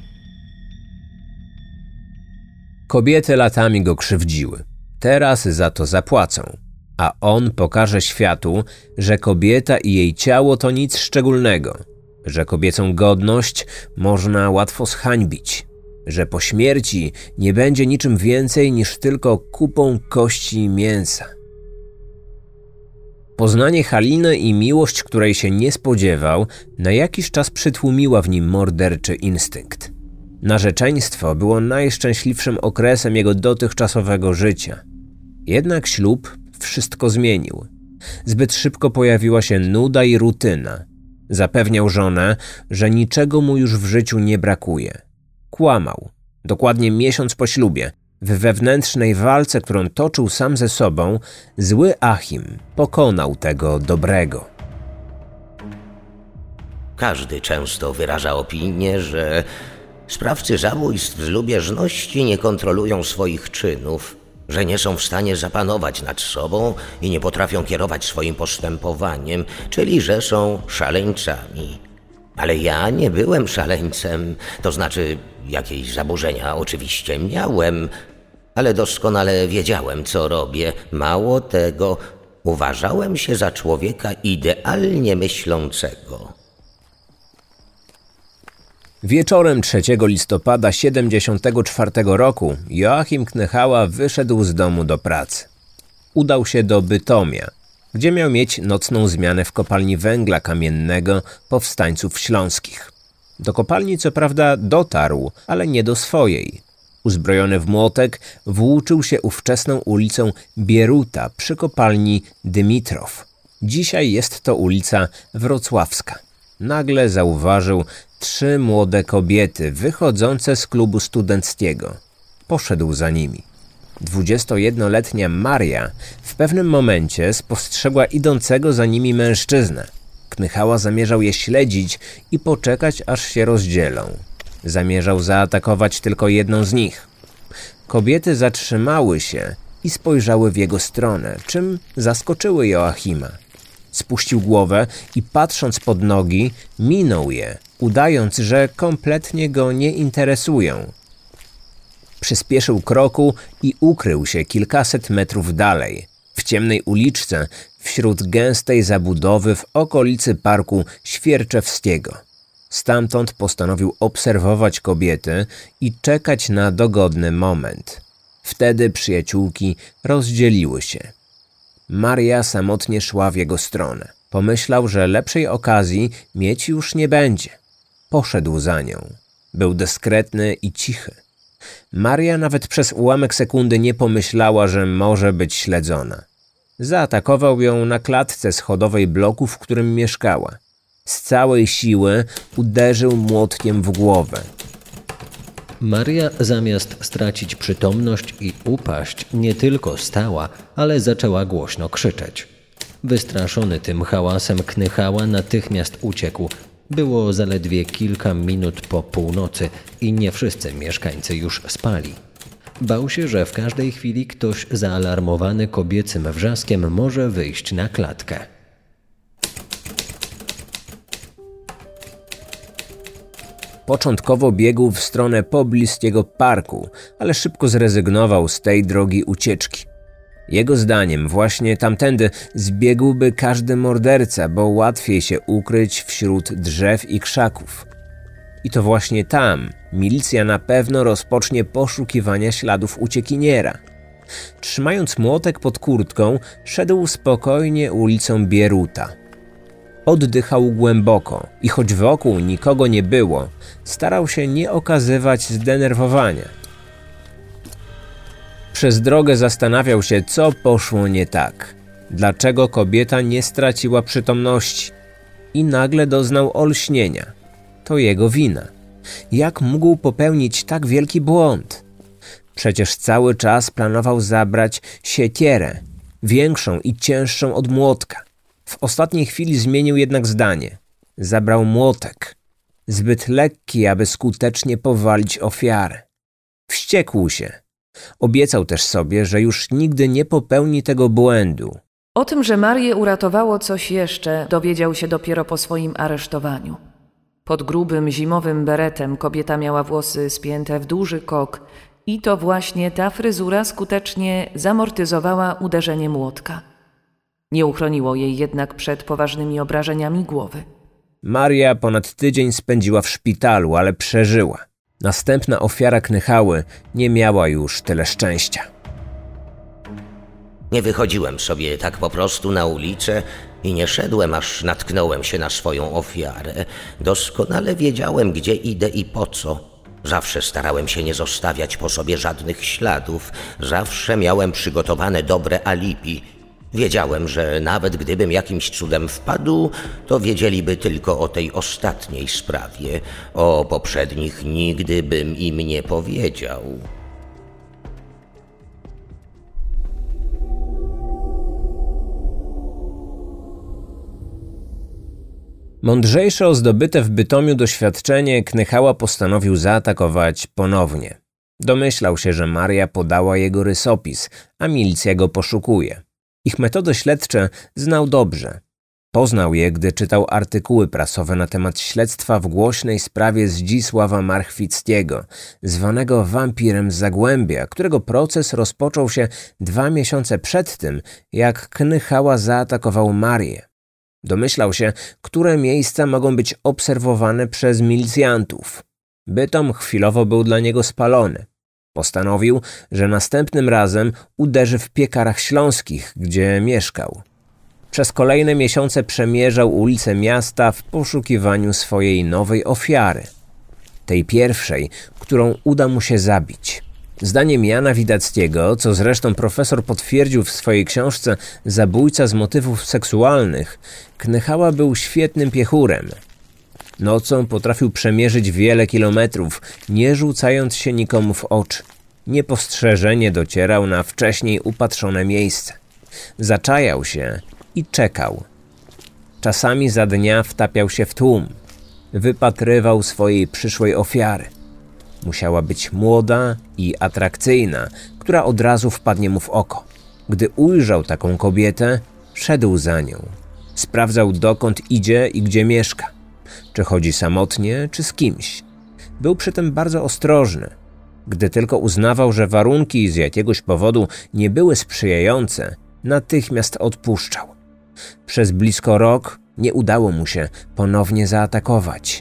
Kobiety latami go krzywdziły. Teraz za to zapłacą. A on pokaże światu, że kobieta i jej ciało to nic szczególnego, że kobiecą godność można łatwo zhańbić, że po śmierci nie będzie niczym więcej niż tylko kupą kości i mięsa. Poznanie Haliny i miłość, której się nie spodziewał, na jakiś czas przytłumiła w nim morderczy instynkt. Narzeczeństwo było najszczęśliwszym okresem jego dotychczasowego życia. Jednak ślub wszystko zmienił. Zbyt szybko pojawiła się nuda i rutyna. Zapewniał żonę, że niczego mu już w życiu nie brakuje. Kłamał. Dokładnie miesiąc po ślubie, w wewnętrznej walce, którą toczył sam ze sobą, zły Achim pokonał tego dobrego. Każdy często wyraża opinię, że sprawcy zabójstw z lubieżności nie kontrolują swoich czynów, że nie są w stanie zapanować nad sobą i nie potrafią kierować swoim postępowaniem, czyli że są szaleńcami. Ale ja nie byłem szaleńcem, to znaczy jakieś zaburzenia oczywiście miałem, ale doskonale wiedziałem, co robię. Mało tego, uważałem się za człowieka idealnie myślącego. Wieczorem trzeciego listopada siedemdziesiątego czwartego roku Joachim Knechała wyszedł z domu do pracy. Udał się do Bytomia, gdzie miał mieć nocną zmianę w kopalni węgla kamiennego powstańców śląskich. Do kopalni co prawda dotarł, ale nie do swojej. Uzbrojony w młotek włóczył się ówczesną ulicą Bieruta przy kopalni Dymitrow. Dzisiaj jest to ulica Wrocławska. Nagle zauważył trzy młode kobiety wychodzące z klubu studenckiego. Poszedł za nimi. Dwudziestojednoletnia Maria w pewnym momencie spostrzegła idącego za nimi mężczyznę. Knechała zamierzał je śledzić i poczekać, aż się rozdzielą. Zamierzał zaatakować tylko jedną z nich. Kobiety zatrzymały się i spojrzały w jego stronę, czym zaskoczyły Joachima. Spuścił głowę i patrząc pod nogi, minął je, udając, że kompletnie go nie interesują. Przyspieszył kroku i ukrył się kilkaset metrów dalej, w ciemnej uliczce, wśród gęstej zabudowy w okolicy parku Świerczewskiego. Stamtąd postanowił obserwować kobiety i czekać na dogodny moment. Wtedy przyjaciółki rozdzieliły się. Maria samotnie szła w jego stronę. Pomyślał, że lepszej okazji mieć już nie będzie. Poszedł za nią. Był dyskretny i cichy. Maria nawet przez ułamek sekundy nie pomyślała, że może być śledzona. Zaatakował ją na klatce schodowej bloku, w którym mieszkała. Z całej siły uderzył młotkiem w głowę. Maria zamiast stracić przytomność i upaść, nie tylko stała, ale zaczęła głośno krzyczeć. Wystraszony tym hałasem Knechała natychmiast uciekł. Było zaledwie kilka minut po północy i nie wszyscy mieszkańcy już spali. Bał się, że w każdej chwili ktoś zaalarmowany kobiecym wrzaskiem może wyjść na klatkę. Początkowo biegł w stronę pobliskiego parku, ale szybko zrezygnował z tej drogi ucieczki. Jego zdaniem właśnie tamtędy zbiegłby każdy morderca, bo łatwiej się ukryć wśród drzew i krzaków. I to właśnie tam milicja na pewno rozpocznie poszukiwania śladów uciekiniera. Trzymając młotek pod kurtką, szedł spokojnie ulicą Bieruta. Oddychał głęboko i choć wokół nikogo nie było, starał się nie okazywać zdenerwowania. Przez drogę zastanawiał się, co poszło nie tak. Dlaczego kobieta nie straciła przytomności? I nagle doznał olśnienia. to jego wina. Jak mógł popełnić tak wielki błąd? Przecież cały czas planował zabrać siekierę, większą i cięższą od młotka. W ostatniej chwili zmienił jednak zdanie. Zabrał młotek, zbyt lekki, aby skutecznie powalić ofiarę. Wściekł się. Obiecał też sobie, że już nigdy nie popełni tego błędu. O tym, że Marię uratowało coś jeszcze, dowiedział się dopiero po swoim aresztowaniu. Pod grubym, zimowym beretem kobieta miała włosy spięte w duży kok i to właśnie ta fryzura skutecznie zamortyzowała uderzenie młotka. Nie uchroniło jej jednak przed poważnymi obrażeniami głowy. Maria ponad tydzień spędziła w szpitalu, ale przeżyła. Następna ofiara Knychały nie miała już tyle szczęścia. Nie wychodziłem sobie tak po prostu na ulicę i nie szedłem, aż natknąłem się na swoją ofiarę. Doskonale wiedziałem, gdzie idę i po co. Zawsze starałem się nie zostawiać po sobie żadnych śladów. Zawsze miałem przygotowane dobre alibi. Wiedziałem, że nawet gdybym jakimś cudem wpadł, to wiedzieliby tylko o tej ostatniej sprawie. O poprzednich nigdy bym im nie powiedział. Mądrzejsze o zdobyte w Bytomiu doświadczenie Knychała postanowił zaatakować ponownie. Domyślał się, że Maria podała jego rysopis, a milicja go poszukuje. Ich metody śledcze znał dobrze. Poznał je, gdy czytał artykuły prasowe na temat śledztwa w głośnej sprawie Zdzisława Marchwickiego, zwanego wampirem z Zagłębia, którego proces rozpoczął się dwa miesiące przed tym, jak Knychała zaatakował Marię. Domyślał się, które miejsca mogą być obserwowane przez milicjantów. Bytom chwilowo był dla niego spalony. Postanowił, że następnym razem uderzy w Piekarach Śląskich, gdzie mieszkał. Przez kolejne miesiące przemierzał ulice miasta w poszukiwaniu swojej nowej ofiary. Tej pierwszej, którą uda mu się zabić. Zdaniem Jana Widackiego, co zresztą profesor potwierdził w swojej książce Zabójca z motywów seksualnych, Knychała był świetnym piechurem. Nocą potrafił przemierzyć wiele kilometrów, nie rzucając się nikomu w oczy. Niepostrzeżenie docierał na wcześniej upatrzone miejsce. Zaczajał się i czekał. Czasami za dnia wtapiał się w tłum. Wypatrywał swojej przyszłej ofiary. Musiała być młoda i atrakcyjna, która od razu wpadnie mu w oko. Gdy ujrzał taką kobietę, szedł za nią. Sprawdzał, dokąd idzie i gdzie mieszka. Czy chodzi samotnie, czy z kimś. Był przy tym bardzo ostrożny. Gdy tylko uznawał, że warunki z jakiegoś powodu nie były sprzyjające, natychmiast odpuszczał. Przez blisko rok nie udało mu się ponownie zaatakować.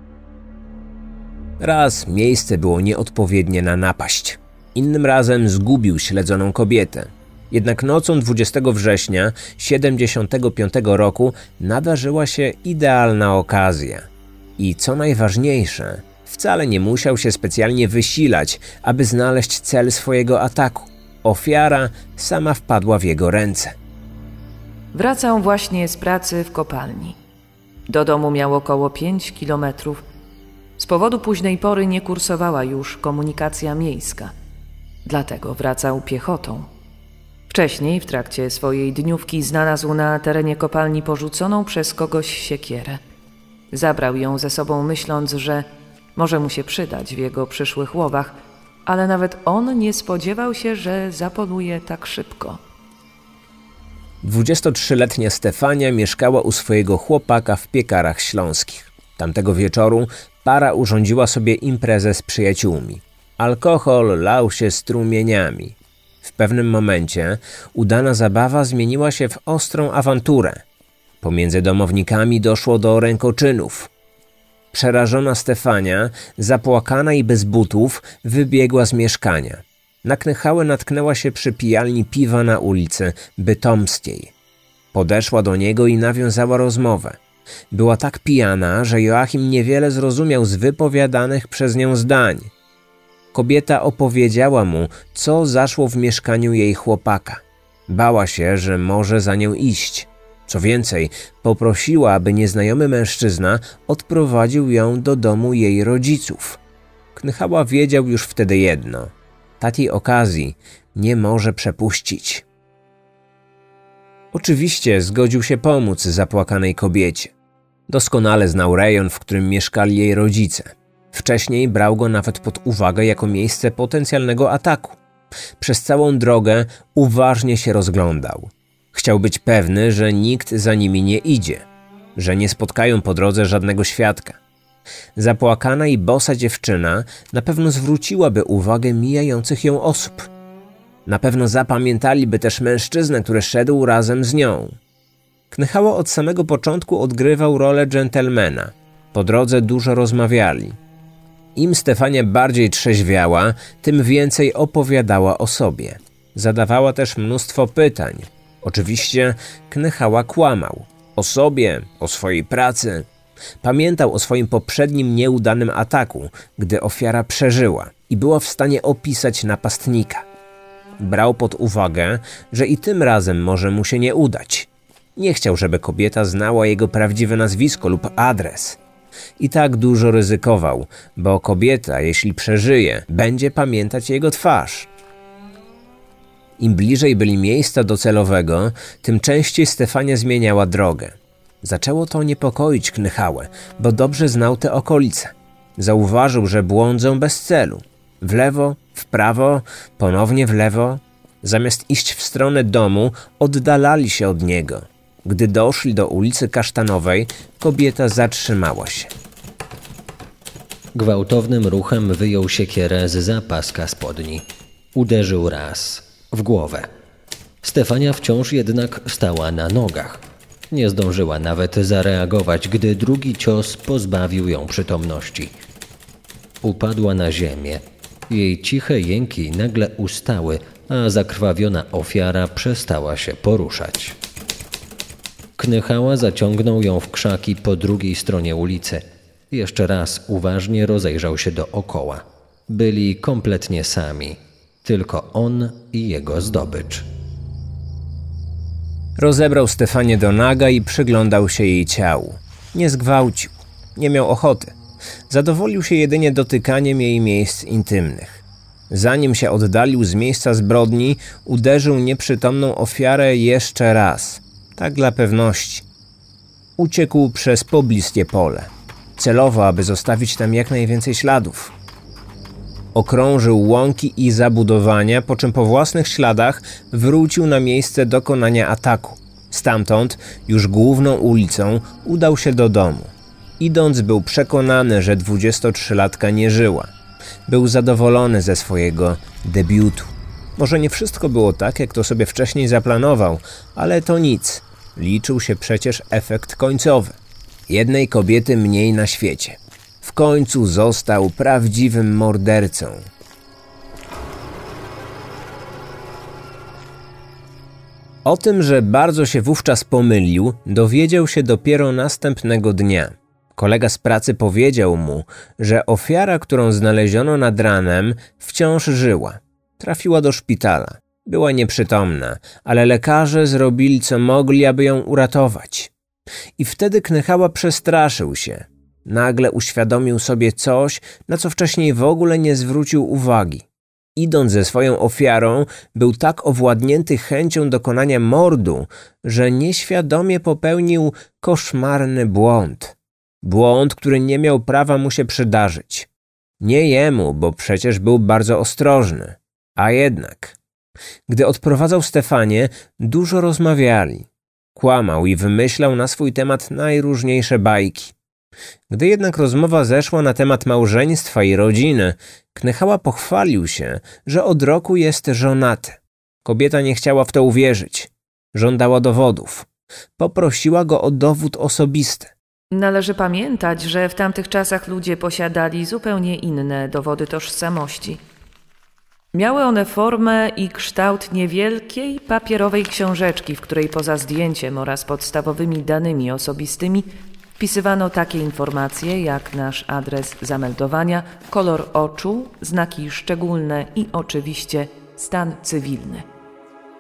Raz miejsce było nieodpowiednie na napaść. Innym razem zgubił śledzoną kobietę. Jednak nocą dwudziestego września siedemdziesiątego piątego roku nadarzyła się idealna okazja. I co najważniejsze, wcale nie musiał się specjalnie wysilać, aby znaleźć cel swojego ataku. Ofiara sama wpadła w jego ręce. Wracał właśnie z pracy w kopalni. Do domu miał około pięć kilometrów. Z powodu późnej pory nie kursowała już komunikacja miejska. Dlatego wracał piechotą. Wcześniej, w trakcie swojej dniówki, znalazł na terenie kopalni porzuconą przez kogoś siekierę. Zabrał ją ze sobą, myśląc, że może mu się przydać w jego przyszłych łowach, ale nawet on nie spodziewał się, że zapoluje tak szybko. dwudziestotrzyletnia Stefania mieszkała u swojego chłopaka w Piekarach Śląskich. Tamtego wieczoru para urządziła sobie imprezę z przyjaciółmi. Alkohol lał się strumieniami. W pewnym momencie udana zabawa zmieniła się w ostrą awanturę. Pomiędzy domownikami doszło do rękoczynów. Przerażona Stefania, zapłakana i bez butów, wybiegła z mieszkania. Na Knychałę natknęła się przy pijalni piwa na ulicy Bytomskiej. Podeszła do niego i nawiązała rozmowę. Była tak pijana, że Joachim niewiele zrozumiał z wypowiadanych przez nią zdań. Kobieta opowiedziała mu, co zaszło w mieszkaniu jej chłopaka. Bała się, że może za nią iść. Co więcej, poprosiła, aby nieznajomy mężczyzna odprowadził ją do domu jej rodziców. Knychała wiedział już wtedy jedno: takiej okazji nie może przepuścić. Oczywiście zgodził się pomóc zapłakanej kobiecie. Doskonale znał rejon, w którym mieszkali jej rodzice. Wcześniej brał go nawet pod uwagę jako miejsce potencjalnego ataku. Przez całą drogę uważnie się rozglądał. Chciał być pewny, że nikt za nimi nie idzie, że nie spotkają po drodze żadnego świadka. Zapłakana i bosa dziewczyna na pewno zwróciłaby uwagę mijających ją osób. Na pewno zapamiętaliby też mężczyznę, który szedł razem z nią. Knychała od samego początku odgrywał rolę dżentelmena. Po drodze dużo rozmawiali. Im Stefania bardziej trzeźwiała, tym więcej opowiadała o sobie. Zadawała też mnóstwo pytań. Oczywiście Knychała kłamał. O sobie, o swojej pracy. Pamiętał o swoim poprzednim nieudanym ataku, gdy ofiara przeżyła i była w stanie opisać napastnika. Brał pod uwagę, że i tym razem może mu się nie udać. Nie chciał, żeby kobieta znała jego prawdziwe nazwisko lub adres. I tak dużo ryzykował, bo kobieta, jeśli przeżyje, będzie pamiętać jego twarz. Im bliżej byli miejsca docelowego, tym częściej Stefania zmieniała drogę. Zaczęło to niepokoić Knychałę, bo dobrze znał te okolice. Zauważył, że błądzą bez celu. W lewo, w prawo, ponownie w lewo. Zamiast iść w stronę domu, oddalali się od niego. Gdy doszli do ulicy Kasztanowej, kobieta zatrzymała się. Gwałtownym ruchem wyjął siekierę z zapaska spodni. Uderzył raz w głowę. Stefania wciąż jednak stała na nogach. Nie zdążyła nawet zareagować, gdy drugi cios pozbawił ją przytomności. Upadła na ziemię. Jej ciche jęki nagle ustały, a zakrwawiona ofiara przestała się poruszać. Knychała zaciągnął ją w krzaki po drugiej stronie ulicy. Jeszcze raz uważnie rozejrzał się dookoła. Byli kompletnie sami. Tylko on i jego zdobycz. Rozebrał Stefanię do naga i przyglądał się jej ciału. Nie zgwałcił. Nie miał ochoty. Zadowolił się jedynie dotykaniem jej miejsc intymnych. Zanim się oddalił z miejsca zbrodni, uderzył nieprzytomną ofiarę jeszcze raz. Tak dla pewności. Uciekł przez pobliskie pole. Celowo, aby zostawić tam jak najwięcej śladów. Okrążył łąki i zabudowania, po czym po własnych śladach wrócił na miejsce dokonania ataku. Stamtąd, już główną ulicą, udał się do domu. Idąc, był przekonany, że dwudziestotrzylatka nie żyła. Był zadowolony ze swojego debiutu. Może nie wszystko było tak, jak to sobie wcześniej zaplanował, ale to nic. Liczył się przecież efekt końcowy. Jednej kobiety mniej na świecie. W końcu został prawdziwym mordercą. O tym, że bardzo się wówczas pomylił, dowiedział się dopiero następnego dnia. Kolega z pracy powiedział mu, że ofiara, którą znaleziono nad ranem, wciąż żyła. Trafiła do szpitala. Była nieprzytomna, ale lekarze zrobili co mogli, aby ją uratować. I wtedy Knychała przestraszył się. Nagle uświadomił sobie coś, na co wcześniej w ogóle nie zwrócił uwagi. Idąc ze swoją ofiarą, był tak owładnięty chęcią dokonania mordu, że nieświadomie popełnił koszmarny błąd. Błąd, który nie miał prawa mu się przydarzyć. Nie jemu, bo przecież był bardzo ostrożny. A jednak. Gdy odprowadzał Stefanię, dużo rozmawiali. Kłamał i wymyślał na swój temat najróżniejsze bajki. Gdy jednak rozmowa zeszła na temat małżeństwa i rodziny, Knychała pochwalił się, że od roku jest żonaty. Kobieta nie chciała w to uwierzyć. Żądała dowodów. Poprosiła go o dowód osobisty. Należy pamiętać, że w tamtych czasach ludzie posiadali zupełnie inne dowody tożsamości. Miały one formę i kształt niewielkiej papierowej książeczki, w której poza zdjęciem oraz podstawowymi danymi osobistymi wpisywano takie informacje jak nasz adres zameldowania, kolor oczu, znaki szczególne i oczywiście stan cywilny.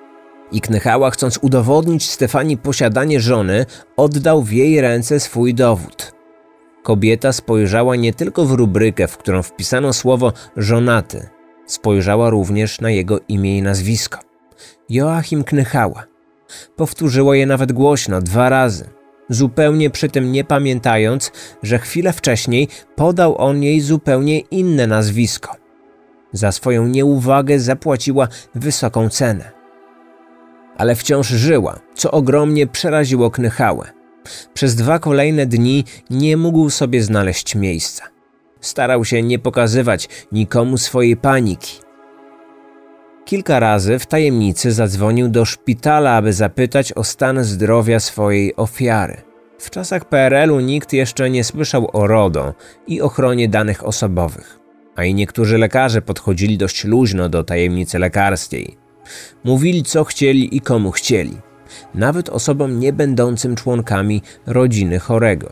I Knychała, chcąc udowodnić Stefanii posiadanie żony, oddał w jej ręce swój dowód. Kobieta spojrzała nie tylko w rubrykę, w którą wpisano słowo żonaty. Spojrzała również na jego imię i nazwisko. Joachim Knychała. Powtórzyła je nawet głośno, dwa razy, zupełnie przy tym nie pamiętając, że chwilę wcześniej podał on jej zupełnie inne nazwisko. Za swoją nieuwagę zapłaciła wysoką cenę. Ale wciąż żyła, co ogromnie przeraziło Knychałę. Przez dwa kolejne dni nie mógł sobie znaleźć miejsca. Starał się nie pokazywać nikomu swojej paniki. Kilka razy w tajemnicy zadzwonił do szpitala, aby zapytać o stan zdrowia swojej ofiary. W czasach P R L-u nikt jeszcze nie słyszał o RODO i ochronie danych osobowych, a i niektórzy lekarze podchodzili dość luźno do tajemnicy lekarskiej. Mówili, co chcieli i komu chcieli, nawet osobom nie będącym członkami rodziny chorego.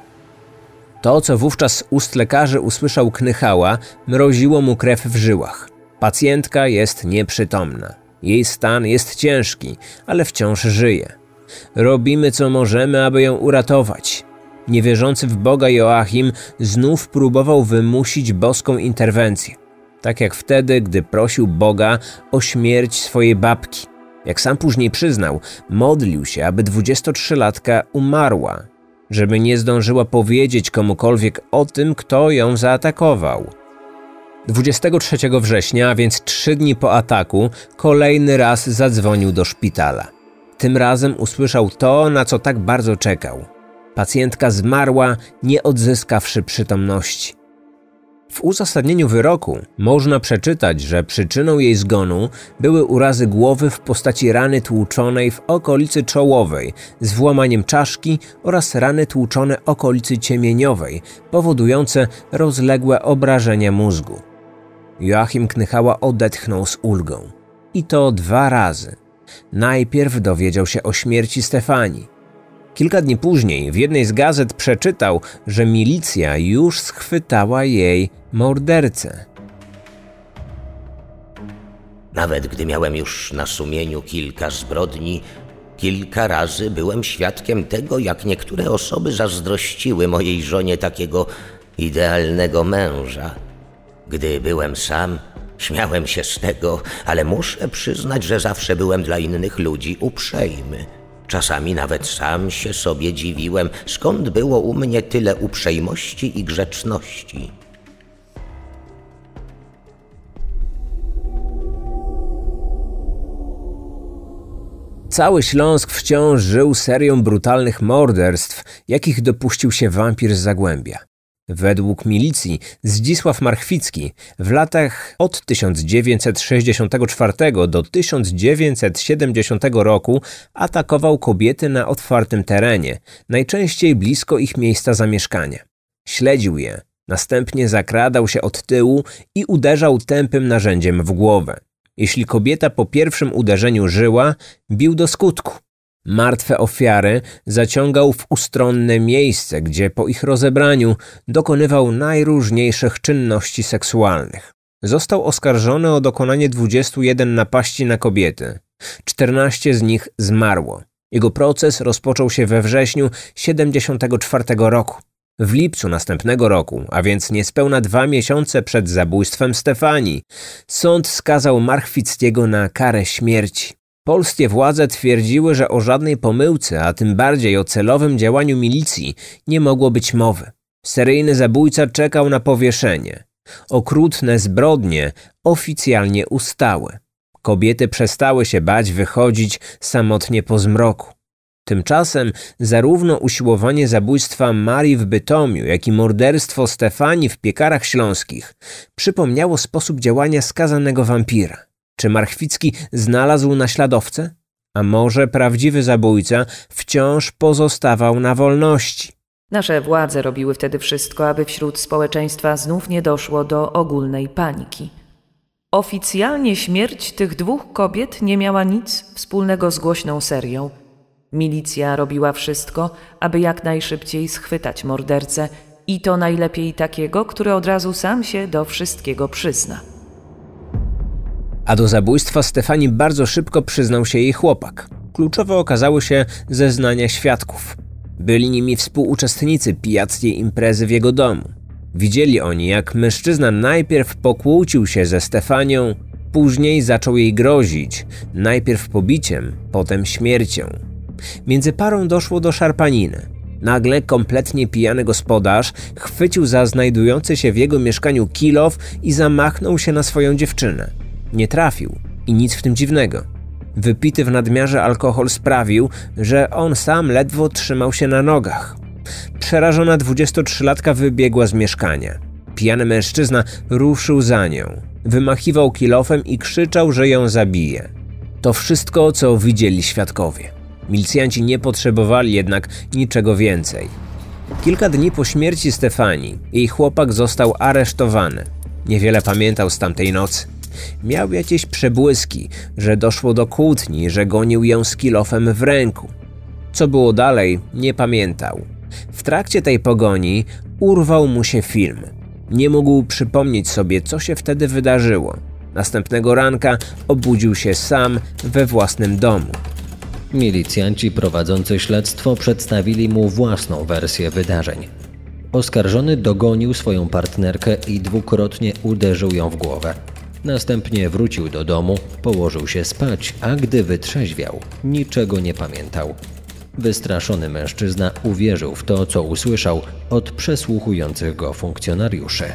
To, co wówczas z ust lekarzy usłyszał Knychała, mroziło mu krew w żyłach. Pacjentka jest nieprzytomna. Jej stan jest ciężki, ale wciąż żyje. Robimy, co możemy, aby ją uratować. Niewierzący w Boga Joachim znów próbował wymusić boską interwencję. Tak jak wtedy, gdy prosił Boga o śmierć swojej babki. Jak sam później przyznał, modlił się, aby dwudziestotrzylatka umarła, żeby nie zdążyła powiedzieć komukolwiek o tym, kto ją zaatakował. dwudziestego trzeciego września, a więc trzy dni po ataku, kolejny raz zadzwonił do szpitala. Tym razem usłyszał to, na co tak bardzo czekał. Pacjentka zmarła, nie odzyskawszy przytomności. W uzasadnieniu wyroku można przeczytać, że przyczyną jej zgonu były urazy głowy w postaci rany tłuczonej w okolicy czołowej z włamaniem czaszki oraz rany tłuczone okolicy ciemieniowej, powodujące rozległe obrażenia mózgu. Joachim Knychała odetchnął z ulgą. I to dwa razy. Najpierw dowiedział się o śmierci Stefanii. Kilka dni później w jednej z gazet przeczytał, że milicja już schwytała jej mordercę. Nawet gdy miałem już na sumieniu kilka zbrodni, kilka razy byłem świadkiem tego, jak niektóre osoby zazdrościły mojej żonie takiego idealnego męża. Gdy byłem sam, śmiałem się z tego, ale muszę przyznać, że zawsze byłem dla innych ludzi uprzejmy. Czasami nawet sam się sobie dziwiłem, skąd było u mnie tyle uprzejmości i grzeczności. Cały Śląsk wciąż żył serią brutalnych morderstw, jakich dopuścił się wampir z Zagłębia. Według milicji Zdzisław Marchwicki w latach od tysiąc dziewięćset sześćdziesiątego czwartego do tysiąc dziewięćset siedemdziesiątego roku atakował kobiety na otwartym terenie, najczęściej blisko ich miejsca zamieszkania. Śledził je, następnie zakradał się od tyłu i uderzał tępym narzędziem w głowę. Jeśli kobieta po pierwszym uderzeniu żyła, bił do skutku. Martwe ofiary zaciągał w ustronne miejsce, gdzie po ich rozebraniu dokonywał najróżniejszych czynności seksualnych. Został oskarżony o dokonanie dwudziestu jeden napaści na kobiety. czternaście z nich zmarło. Jego proces rozpoczął się we wrześniu siedemdziesiątego czwartego roku. W lipcu następnego roku, a więc niespełna dwa miesiące przed zabójstwem Stefanii, sąd skazał Marchwickiego na karę śmierci. Polskie władze twierdziły, że o żadnej pomyłce, a tym bardziej o celowym działaniu milicji nie mogło być mowy. Seryjny zabójca czekał na powieszenie. Okrutne zbrodnie oficjalnie ustały. Kobiety przestały się bać wychodzić samotnie po zmroku. Tymczasem zarówno usiłowanie zabójstwa Marii w Bytomiu, jak i morderstwo Stefanii w Piekarach Śląskich przypomniało sposób działania skazanego wampira. Czy Marchwicki znalazł naśladowcę? A może prawdziwy zabójca wciąż pozostawał na wolności? Nasze władze robiły wtedy wszystko, aby wśród społeczeństwa znów nie doszło do ogólnej paniki. Oficjalnie śmierć tych dwóch kobiet nie miała nic wspólnego z głośną serią. Milicja robiła wszystko, aby jak najszybciej schwytać mordercę i to najlepiej takiego, który od razu sam się do wszystkiego przyzna. A do zabójstwa Stefanii bardzo szybko przyznał się jej chłopak. Kluczowe okazały się zeznania świadków. Byli nimi współuczestnicy pijackiej imprezy w jego domu. Widzieli oni, jak mężczyzna najpierw pokłócił się ze Stefanią, później zaczął jej grozić, najpierw pobiciem, potem śmiercią. Między parą doszło do szarpaniny. Nagle kompletnie pijany gospodarz chwycił za znajdujący się w jego mieszkaniu kilof i zamachnął się na swoją dziewczynę. Nie trafił i nic w tym dziwnego. Wypity w nadmiarze alkohol sprawił, że on sam ledwo trzymał się na nogach. Przerażona dwudziestotrzylatka wybiegła z mieszkania. Pijany mężczyzna ruszył za nią. Wymachiwał kilofem i krzyczał, że ją zabije. To wszystko, co widzieli świadkowie. Milicjanci nie potrzebowali jednak niczego więcej. Kilka dni po śmierci Stefanii jej chłopak został aresztowany. Niewiele pamiętał z tamtej nocy. Miał jakieś przebłyski, że doszło do kłótni, że gonił ją z kilofem w ręku. Co było dalej, nie pamiętał. W trakcie tej pogoni urwał mu się film. Nie mógł przypomnieć sobie, co się wtedy wydarzyło. Następnego ranka obudził się sam we własnym domu. Milicjanci prowadzący śledztwo przedstawili mu własną wersję wydarzeń. Oskarżony dogonił swoją partnerkę i dwukrotnie uderzył ją w głowę. Następnie wrócił do domu, położył się spać, a gdy wytrzeźwiał, niczego nie pamiętał. Wystraszony mężczyzna uwierzył w to, co usłyszał od przesłuchujących go funkcjonariuszy.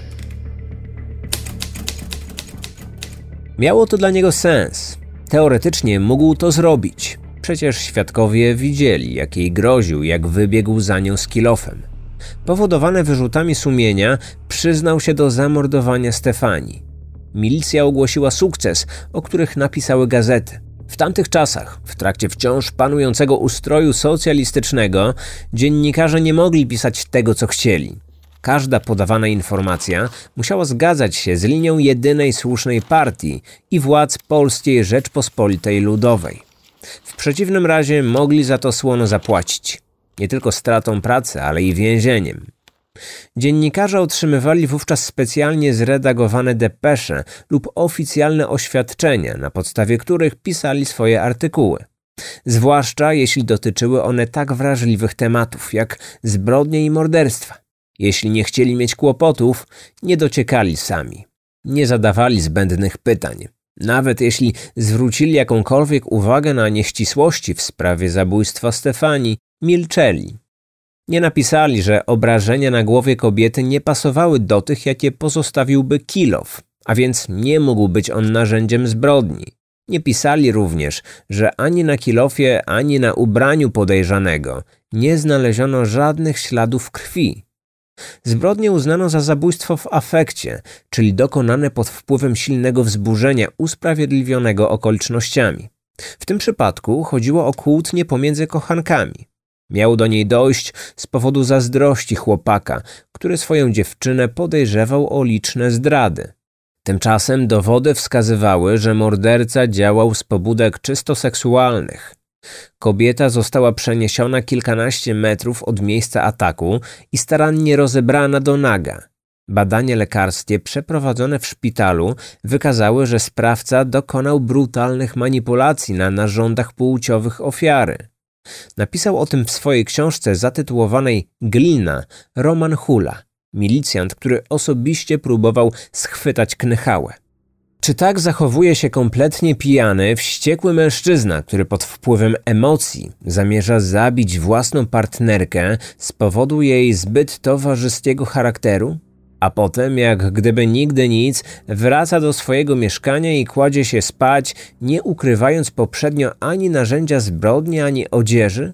Miało to dla niego sens. Teoretycznie mógł to zrobić. Przecież świadkowie widzieli, jak jej groził, jak wybiegł za nią z kilofem. Powodowany wyrzutami sumienia, przyznał się do zamordowania Stefanii. Milicja ogłosiła sukces, o których napisały gazety. W tamtych czasach, w trakcie wciąż panującego ustroju socjalistycznego, dziennikarze nie mogli pisać tego, co chcieli. Każda podawana informacja musiała zgadzać się z linią jedynej słusznej partii i władz Polskiej Rzeczpospolitej Ludowej. W przeciwnym razie mogli za to słono zapłacić. Nie tylko stratą pracy, ale i więzieniem. Dziennikarze otrzymywali wówczas specjalnie zredagowane depesze lub oficjalne oświadczenia, na podstawie których pisali swoje artykuły. Zwłaszcza jeśli dotyczyły one tak wrażliwych tematów jak zbrodnie i morderstwa. Jeśli nie chcieli mieć kłopotów, nie dociekali sami. Nie zadawali zbędnych pytań. Nawet jeśli zwrócili jakąkolwiek uwagę na nieścisłości w sprawie zabójstwa Stefanii, milczeli. Nie napisali, że obrażenia na głowie kobiety nie pasowały do tych, jakie pozostawiłby kilof, a więc nie mógł być on narzędziem zbrodni. Nie pisali również, że ani na kilofie, ani na ubraniu podejrzanego nie znaleziono żadnych śladów krwi. Zbrodnię uznano za zabójstwo w afekcie, czyli dokonane pod wpływem silnego wzburzenia usprawiedliwionego okolicznościami. W tym przypadku chodziło o kłótnię pomiędzy kochankami. Miał do niej dojść z powodu zazdrości chłopaka, który swoją dziewczynę podejrzewał o liczne zdrady. Tymczasem dowody wskazywały, że morderca działał z pobudek czysto seksualnych. Kobieta została przeniesiona kilkanaście metrów od miejsca ataku i starannie rozebrana do naga. Badania lekarskie przeprowadzone w szpitalu wykazały, że sprawca dokonał brutalnych manipulacji na narządach płciowych ofiary. Napisał o tym w swojej książce zatytułowanej Glina Roman Hula, milicjant, który osobiście próbował schwytać Knychałę. Czy tak zachowuje się kompletnie pijany, wściekły mężczyzna, który pod wpływem emocji zamierza zabić własną partnerkę z powodu jej zbyt towarzyskiego charakteru? A potem, jak gdyby nigdy nic, wraca do swojego mieszkania i kładzie się spać, nie ukrywając poprzednio ani narzędzia zbrodni, ani odzieży?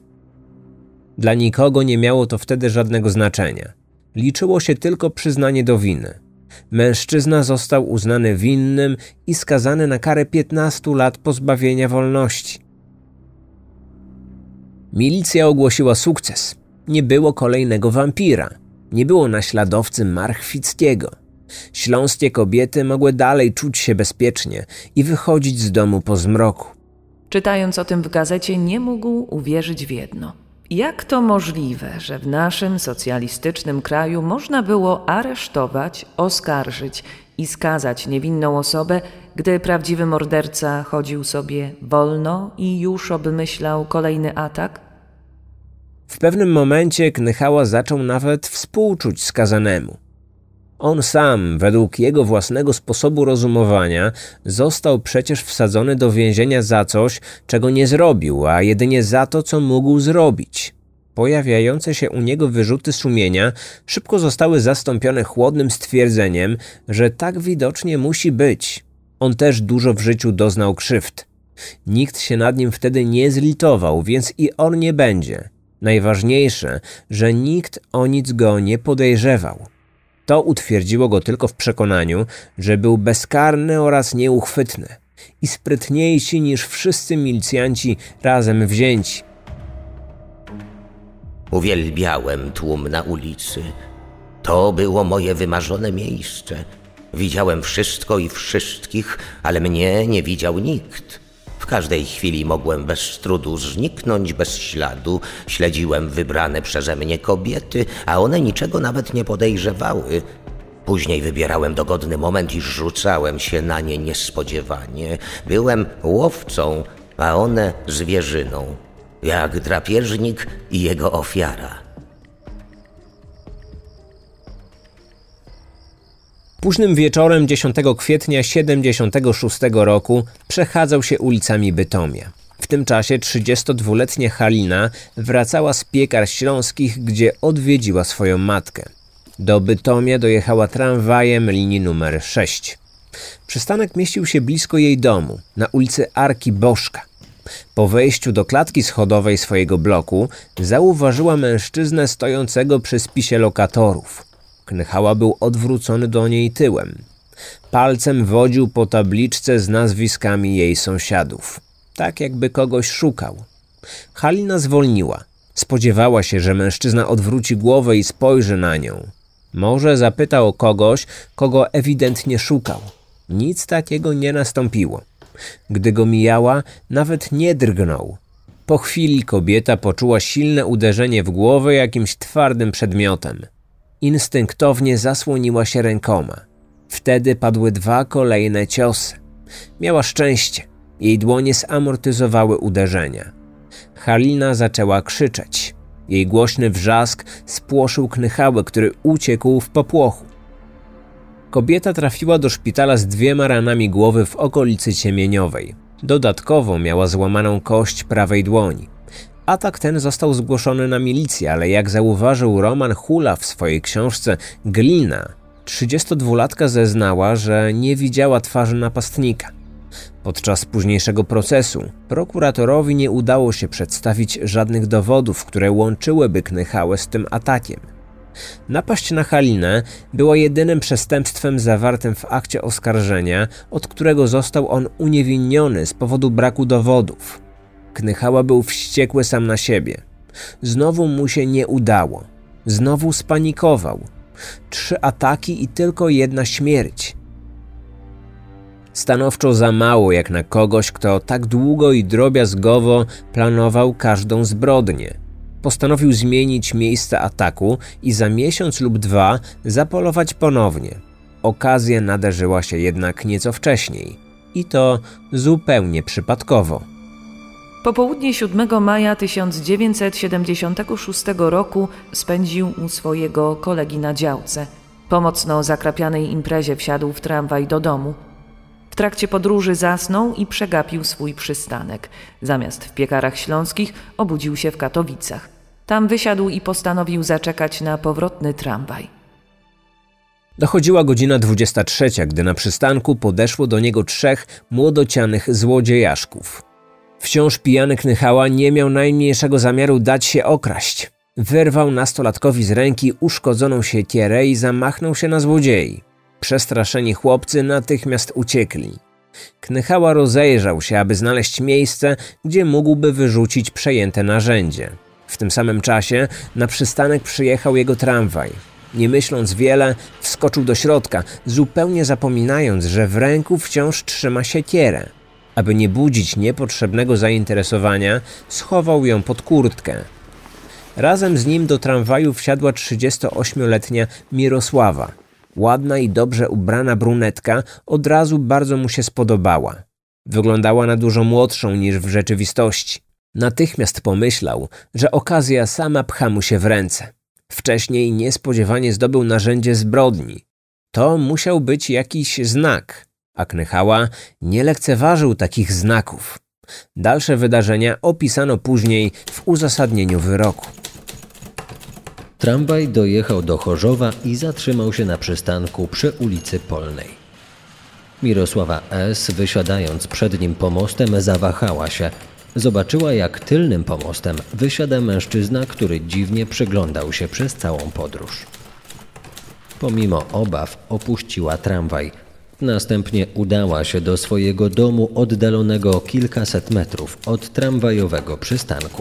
Dla nikogo nie miało to wtedy żadnego znaczenia. Liczyło się tylko przyznanie do winy. Mężczyzna został uznany winnym i skazany na karę piętnastu lat pozbawienia wolności. Milicja ogłosiła sukces. Nie było kolejnego wampira. Nie było naśladowcy Marchwickiego. Śląskie kobiety mogły dalej czuć się bezpiecznie i wychodzić z domu po zmroku. Czytając o tym w gazecie, nie mógł uwierzyć w jedno. Jak to możliwe, że w naszym socjalistycznym kraju można było aresztować, oskarżyć i skazać niewinną osobę gdy prawdziwy morderca chodził sobie wolno i już obmyślał kolejny atak? W pewnym momencie Knychała zaczął nawet współczuć skazanemu. On sam, według jego własnego sposobu rozumowania, został przecież wsadzony do więzienia za coś, czego nie zrobił, a jedynie za to, co mógł zrobić. Pojawiające się u niego wyrzuty sumienia szybko zostały zastąpione chłodnym stwierdzeniem, że tak widocznie musi być. On też dużo w życiu doznał krzywd. Nikt się nad nim wtedy nie zlitował, więc i on nie będzie. Najważniejsze, że nikt o nic go nie podejrzewał. To utwierdziło go tylko w przekonaniu, że był bezkarny oraz nieuchwytny i sprytniejsi niż wszyscy milicjanci razem wzięci. Uwielbiałem tłum na ulicy. To było moje wymarzone miejsce. Widziałem wszystko i wszystkich, ale mnie nie widział nikt. W każdej chwili mogłem bez trudu zniknąć bez śladu. Śledziłem wybrane przeze mnie kobiety, a one niczego nawet nie podejrzewały. Później wybierałem dogodny moment i rzucałem się na nie niespodziewanie. Byłem łowcą, a one zwierzyną. Jak drapieżnik i jego ofiara. Późnym wieczorem dziesiątego kwietnia siedemdziesiątego szóstego roku przechadzał się ulicami Bytomia. W tym czasie trzydziestodwuletnia Halina wracała z Piekar Śląskich, gdzie odwiedziła swoją matkę. Do Bytomia dojechała tramwajem linii numer sześć. Przystanek mieścił się blisko jej domu, na ulicy Arki Bożka. Po wejściu do klatki schodowej swojego bloku zauważyła mężczyznę stojącego przy spisie lokatorów. Knychała był odwrócony do niej tyłem. Palcem wodził po tabliczce z nazwiskami jej sąsiadów. Tak jakby kogoś szukał. Halina zwolniła. Spodziewała się, że mężczyzna odwróci głowę i spojrzy na nią. Może zapyta o kogoś, kogo ewidentnie szukał. Nic takiego nie nastąpiło. Gdy go mijała, nawet nie drgnął. Po chwili kobieta poczuła silne uderzenie w głowę jakimś twardym przedmiotem. Instynktownie zasłoniła się rękoma. Wtedy padły dwa kolejne ciosy. Miała szczęście. Jej dłonie zamortyzowały uderzenia. Halina zaczęła krzyczeć. Jej głośny wrzask spłoszył Knychałę, który uciekł w popłochu. Kobieta trafiła do szpitala z dwiema ranami głowy w okolicy ciemieniowej. Dodatkowo miała złamaną kość prawej dłoni. Atak ten został zgłoszony na milicję, ale jak zauważył Roman Hula w swojej książce Glina, trzydziestodwulatka zeznała, że nie widziała twarzy napastnika. Podczas późniejszego procesu prokuratorowi nie udało się przedstawić żadnych dowodów, które łączyłyby Knychałę z tym atakiem. Napaść na Halinę była jedynym przestępstwem zawartym w akcie oskarżenia, od którego został on uniewinniony z powodu braku dowodów. Knychała był wściekły sam na siebie. Znowu mu się nie udało. Znowu spanikował. Trzy ataki i tylko jedna śmierć. Stanowczo za mało jak na kogoś, kto tak długo i drobiazgowo planował każdą zbrodnię. Postanowił zmienić miejsce ataku i za miesiąc lub dwa zapolować ponownie. Okazja nadarzyła się jednak nieco wcześniej. I to zupełnie przypadkowo. Popołudnie siódmego maja tysiąc dziewięćset siedemdziesiątego szóstego roku spędził u swojego kolegi na działce. Po mocno zakrapianej imprezie wsiadł w tramwaj do domu. W trakcie podróży zasnął i przegapił swój przystanek. Zamiast w Piekarach Śląskich obudził się w Katowicach. Tam wysiadł i postanowił zaczekać na powrotny tramwaj. Dochodziła godzina dwudziesta trzecia, gdy na przystanku podeszło do niego trzech młodocianych złodziejaszków. Wciąż pijany Knychała nie miał najmniejszego zamiaru dać się okraść. Wyrwał nastolatkowi z ręki uszkodzoną siekierę i zamachnął się na złodziei. Przestraszeni chłopcy natychmiast uciekli. Knychała rozejrzał się, aby znaleźć miejsce, gdzie mógłby wyrzucić przejęte narzędzie. W tym samym czasie na przystanek przyjechał jego tramwaj. Nie myśląc wiele, wskoczył do środka, zupełnie zapominając, że w ręku wciąż trzyma siekierę. Aby nie budzić niepotrzebnego zainteresowania, schował ją pod kurtkę. Razem z nim do tramwaju wsiadła trzydziestoośmioletnia Mirosława. Ładna i dobrze ubrana brunetka od razu bardzo mu się spodobała. Wyglądała na dużo młodszą niż w rzeczywistości. Natychmiast pomyślał, że okazja sama pcha mu się w ręce. Wcześniej niespodziewanie zdobył narzędzie zbrodni. To musiał być jakiś znak, a Knychała nie lekceważył takich znaków. Dalsze wydarzenia opisano później w uzasadnieniu wyroku. Tramwaj dojechał do Chorzowa i zatrzymał się na przystanku przy ulicy Polnej. Mirosława S., wysiadając przed nim pomostem, zawahała się. Zobaczyła, jak tylnym pomostem wysiada mężczyzna, który dziwnie przyglądał się przez całą podróż. Pomimo obaw opuściła tramwaj. Następnie udała się do swojego domu oddalonego o kilkaset metrów od tramwajowego przystanku.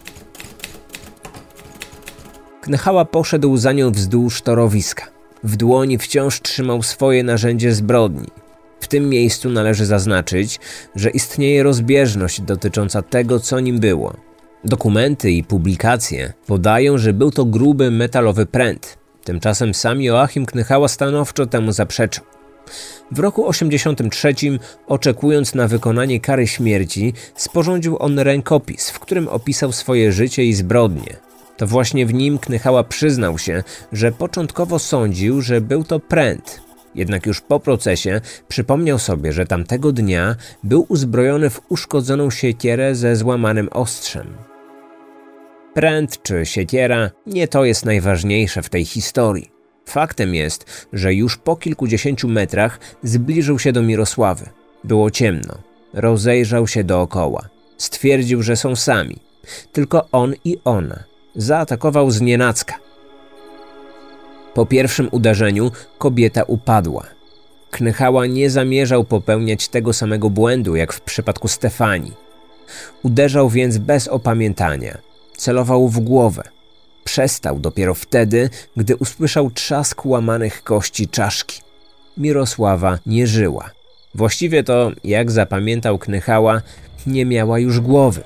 Knychała poszedł za nią wzdłuż torowiska. W dłoni wciąż trzymał swoje narzędzie zbrodni. W tym miejscu należy zaznaczyć, że istnieje rozbieżność dotycząca tego, co nim było. Dokumenty i publikacje podają, że był to gruby metalowy pręt. Tymczasem sam Joachim Knychała stanowczo temu zaprzeczył. W roku osiemdziesiątym trzecim, oczekując na wykonanie kary śmierci, sporządził on rękopis, w którym opisał swoje życie i zbrodnie. To właśnie w nim Knychała przyznał się, że początkowo sądził, że był to pręt. Jednak już po procesie przypomniał sobie, że tamtego dnia był uzbrojony w uszkodzoną siekierę ze złamanym ostrzem. Pręt czy siekiera, nie to jest najważniejsze w tej historii. Faktem jest, że już po kilkudziesięciu metrach zbliżył się do Mirosławy. Było ciemno. Rozejrzał się dookoła. Stwierdził, że są sami. Tylko on i ona. Zaatakował znienacka. Po pierwszym uderzeniu kobieta upadła. Knychała nie zamierzał popełniać tego samego błędu jak w przypadku Stefanii. Uderzał więc bez opamiętania. Celował w głowę. Przestał dopiero wtedy, gdy usłyszał trzask łamanych kości czaszki. Mirosława nie żyła. Właściwie to, jak zapamiętał Knychała, nie miała już głowy.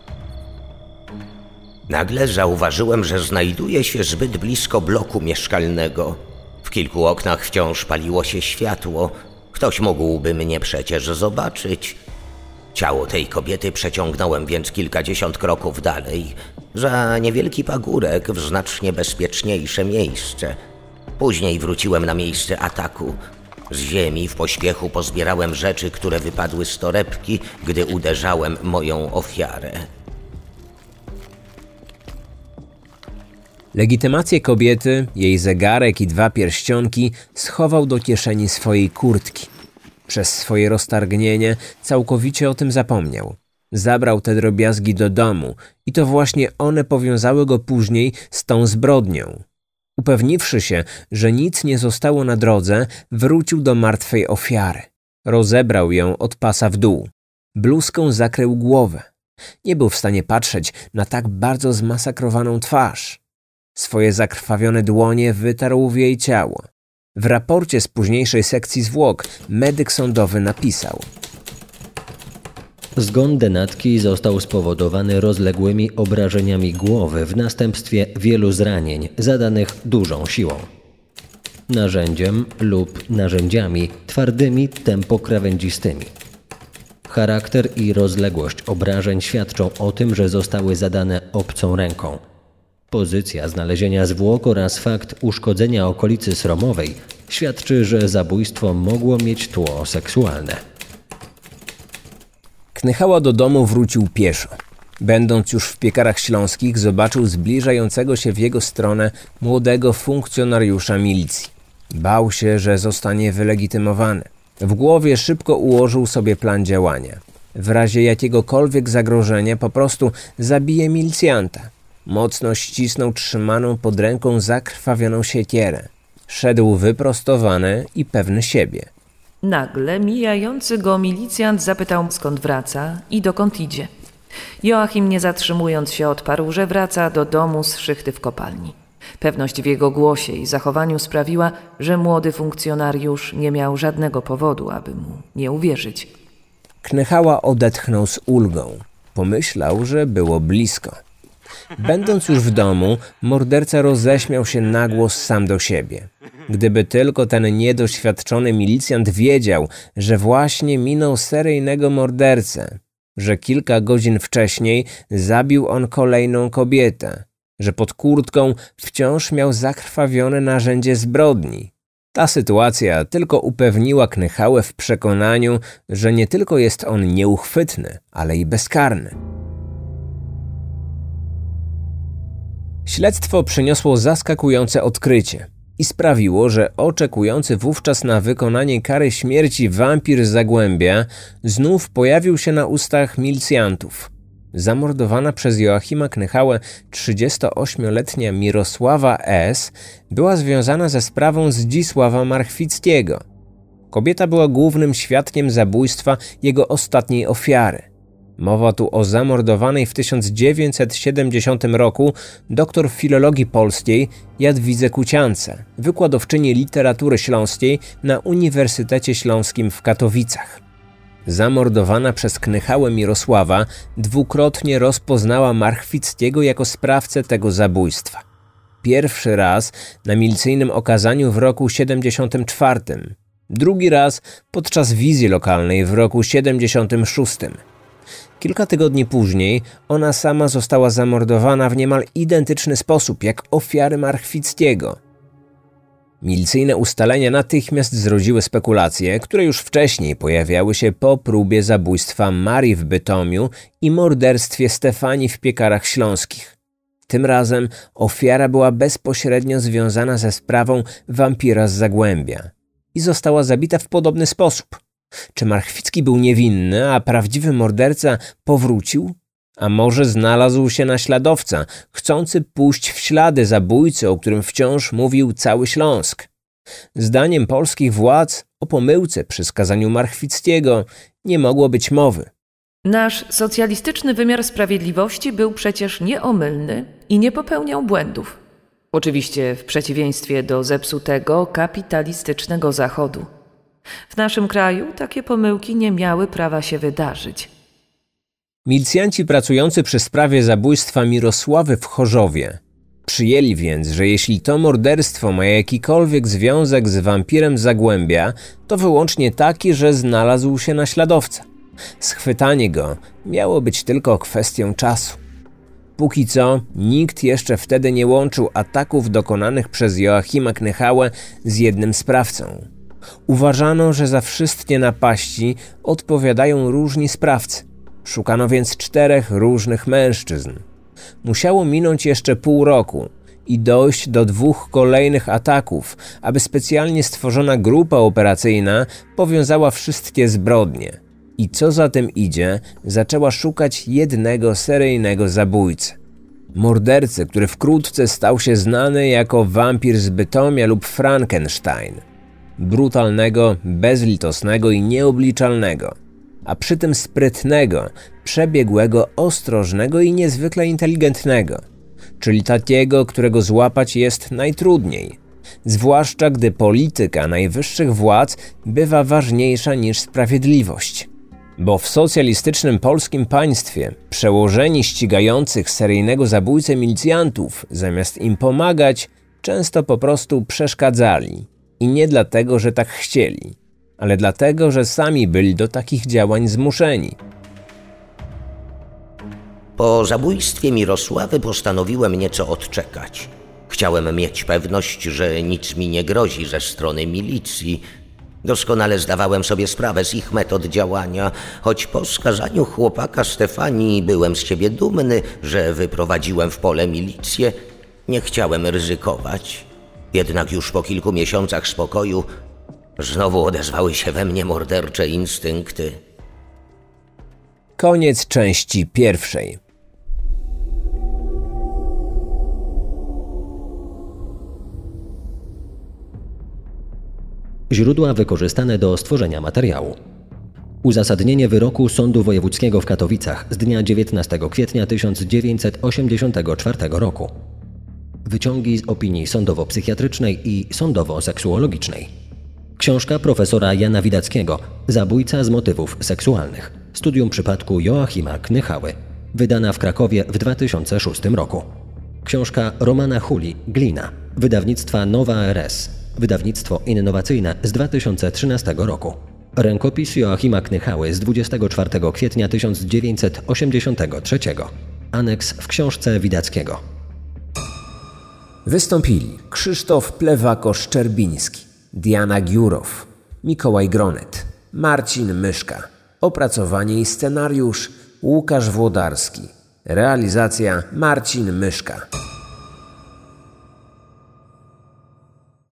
Nagle zauważyłem, że znajduję się zbyt blisko bloku mieszkalnego. W kilku oknach wciąż paliło się światło. Ktoś mógłby mnie przecież zobaczyć. Ciało tej kobiety przeciągnąłem więc kilkadziesiąt kroków dalej, za niewielki pagórek w znacznie bezpieczniejsze miejsce. Później wróciłem na miejsce ataku. Z ziemi w pośpiechu pozbierałem rzeczy, które wypadły z torebki, gdy uderzałem moją ofiarę. Legitymację kobiety, jej zegarek i dwa pierścionki schował do kieszeni swojej kurtki. Przez swoje roztargnienie całkowicie o tym zapomniał. Zabrał te drobiazgi do domu i to właśnie one powiązały go później z tą zbrodnią. Upewniwszy się, że nic nie zostało na drodze, wrócił do martwej ofiary. Rozebrał ją od pasa w dół. Bluzką zakrył głowę. Nie był w stanie patrzeć na tak bardzo zmasakrowaną twarz. Swoje zakrwawione dłonie wytarł w jej ciało. W raporcie z późniejszej sekcji zwłok medyk sądowy napisał: Zgon denatki został spowodowany rozległymi obrażeniami głowy w następstwie wielu zranień zadanych dużą siłą. Narzędziem lub narzędziami twardymi tempokrawędzistymi. Charakter i rozległość obrażeń świadczą o tym, że zostały zadane obcą ręką. Pozycja znalezienia zwłok oraz fakt uszkodzenia okolicy sromowej świadczy, że zabójstwo mogło mieć tło seksualne. Knychała do domu wrócił pieszo. Będąc już w Piekarach Śląskich, zobaczył zbliżającego się w jego stronę młodego funkcjonariusza milicji. Bał się, że zostanie wylegitymowany. W głowie szybko ułożył sobie plan działania. W razie jakiegokolwiek zagrożenia po prostu zabije milicjanta. Mocno ścisnął trzymaną pod ręką zakrwawioną siekierę. Szedł wyprostowany i pewny siebie. Nagle mijający go milicjant zapytał, skąd wraca i dokąd idzie. Joachim, nie zatrzymując się, odparł, że wraca do domu z szychty w kopalni. Pewność w jego głosie i zachowaniu sprawiła, że młody funkcjonariusz nie miał żadnego powodu, aby mu nie uwierzyć. Knychała odetchnął z ulgą. Pomyślał, że było blisko. Będąc już w domu, morderca roześmiał się na głos sam do siebie. Gdyby tylko ten niedoświadczony milicjant wiedział, że właśnie minął seryjnego mordercę, że kilka godzin wcześniej zabił on kolejną kobietę, że pod kurtką wciąż miał zakrwawione narzędzie zbrodni. Ta sytuacja tylko upewniła Knychałę w przekonaniu, że nie tylko jest on nieuchwytny, ale i bezkarny. Śledztwo przyniosło zaskakujące odkrycie i sprawiło, że oczekujący wówczas na wykonanie kary śmierci wampir z Zagłębia znów pojawił się na ustach milicjantów. Zamordowana przez Joachima Knychałę trzydziestoośmioletnia Mirosława S. była związana ze sprawą Zdzisława Marchwickiego. Kobieta była głównym świadkiem zabójstwa jego ostatniej ofiary. Mowa tu o zamordowanej w tysiąc dziewięćset siedemdziesiątym roku doktor filologii polskiej Jadwidze Kuciance, wykładowczyni literatury śląskiej na Uniwersytecie Śląskim w Katowicach. Zamordowana przez Knychałę Mirosława dwukrotnie rozpoznała Marchwickiego jako sprawcę tego zabójstwa. Pierwszy raz na milicyjnym okazaniu w roku siedemdziesiątym czwartym, drugi raz podczas wizji lokalnej w roku siedemdziesiątym szóstym. Kilka tygodni później ona sama została zamordowana w niemal identyczny sposób jak ofiary Marchwickiego. Milicyjne ustalenia natychmiast zrodziły spekulacje, które już wcześniej pojawiały się po próbie zabójstwa Marii w Bytomiu i morderstwie Stefanii w Piekarach Śląskich. Tym razem ofiara była bezpośrednio związana ze sprawą wampira z Zagłębia i została zabita w podobny sposób. Czy Marchwicki był niewinny, a prawdziwy morderca powrócił? A może znalazł się naśladowca, chcący pójść w ślady zabójcy, o którym wciąż mówił cały Śląsk? Zdaniem polskich władz o pomyłce przy skazaniu Marchwickiego nie mogło być mowy. Nasz socjalistyczny wymiar sprawiedliwości był przecież nieomylny i nie popełniał błędów. Oczywiście w przeciwieństwie do zepsutego, kapitalistycznego Zachodu. W naszym kraju takie pomyłki nie miały prawa się wydarzyć. Milicjanci pracujący przy sprawie zabójstwa Mirosławy w Chorzowie przyjęli więc, że jeśli to morderstwo ma jakikolwiek związek z wampirem z Zagłębia, to wyłącznie taki, że znalazł się naśladowca. Schwytanie go miało być tylko kwestią czasu. Póki co nikt jeszcze wtedy nie łączył ataków dokonanych przez Joachima Knychałę z jednym sprawcą. Uważano, że za wszystkie napaści odpowiadają różni sprawcy. Szukano więc czterech różnych mężczyzn. Musiało minąć jeszcze pół roku i dojść do dwóch kolejnych ataków, aby specjalnie stworzona grupa operacyjna powiązała wszystkie zbrodnie. I co za tym idzie, zaczęła szukać jednego seryjnego zabójcy. Mordercy, który wkrótce stał się znany jako wampir z Bytomia lub Frankenstein. Brutalnego, bezlitosnego i nieobliczalnego, a przy tym sprytnego, przebiegłego, ostrożnego i niezwykle inteligentnego, czyli takiego, którego złapać jest najtrudniej, zwłaszcza gdy polityka najwyższych władz bywa ważniejsza niż sprawiedliwość. Bo w socjalistycznym polskim państwie przełożeni ścigających seryjnego zabójcę milicjantów, zamiast im pomagać, często po prostu przeszkadzali. I nie dlatego, że tak chcieli, ale dlatego, że sami byli do takich działań zmuszeni. Po zabójstwie Mirosławy postanowiłem nieco odczekać. Chciałem mieć pewność, że nic mi nie grozi ze strony milicji. Doskonale zdawałem sobie sprawę z ich metod działania, choć po skazaniu chłopaka Stefanii byłem z siebie dumny, że wyprowadziłem w pole milicję. Nie chciałem ryzykować. Jednak już po kilku miesiącach spokoju znowu odezwały się we mnie mordercze instynkty. Koniec części pierwszej. Źródła wykorzystane do stworzenia materiału. Uzasadnienie wyroku Sądu Wojewódzkiego w Katowicach z dnia dziewiętnastego kwietnia tysiąc dziewięćset osiemdziesiątego czwartego roku. Wyciągi z opinii sądowo-psychiatrycznej i sądowo-seksuologicznej. Książka profesora Jana Widackiego. Zabójca z motywów seksualnych. Studium przypadku Joachima Knychały. wydana w Krakowie w dwa tysiące szóstym roku. Książka Romana Huli Glina, wydawnictwa Nowa R S, wydawnictwo innowacyjne z dwa tysiące trzynastego roku. Rękopis Joachima Knychały z dwudziestego czwartego kwietnia tysiąc dziewięćset osiemdziesiątego trzeciego. Aneks w książce Widackiego. Wystąpili Krzysztof Plewako-Szczerbiński, Diana Giurow, Mikołaj Gronet, Marcin Myszka. Opracowanie i scenariusz Łukasz Włodarski. Realizacja Marcin Myszka.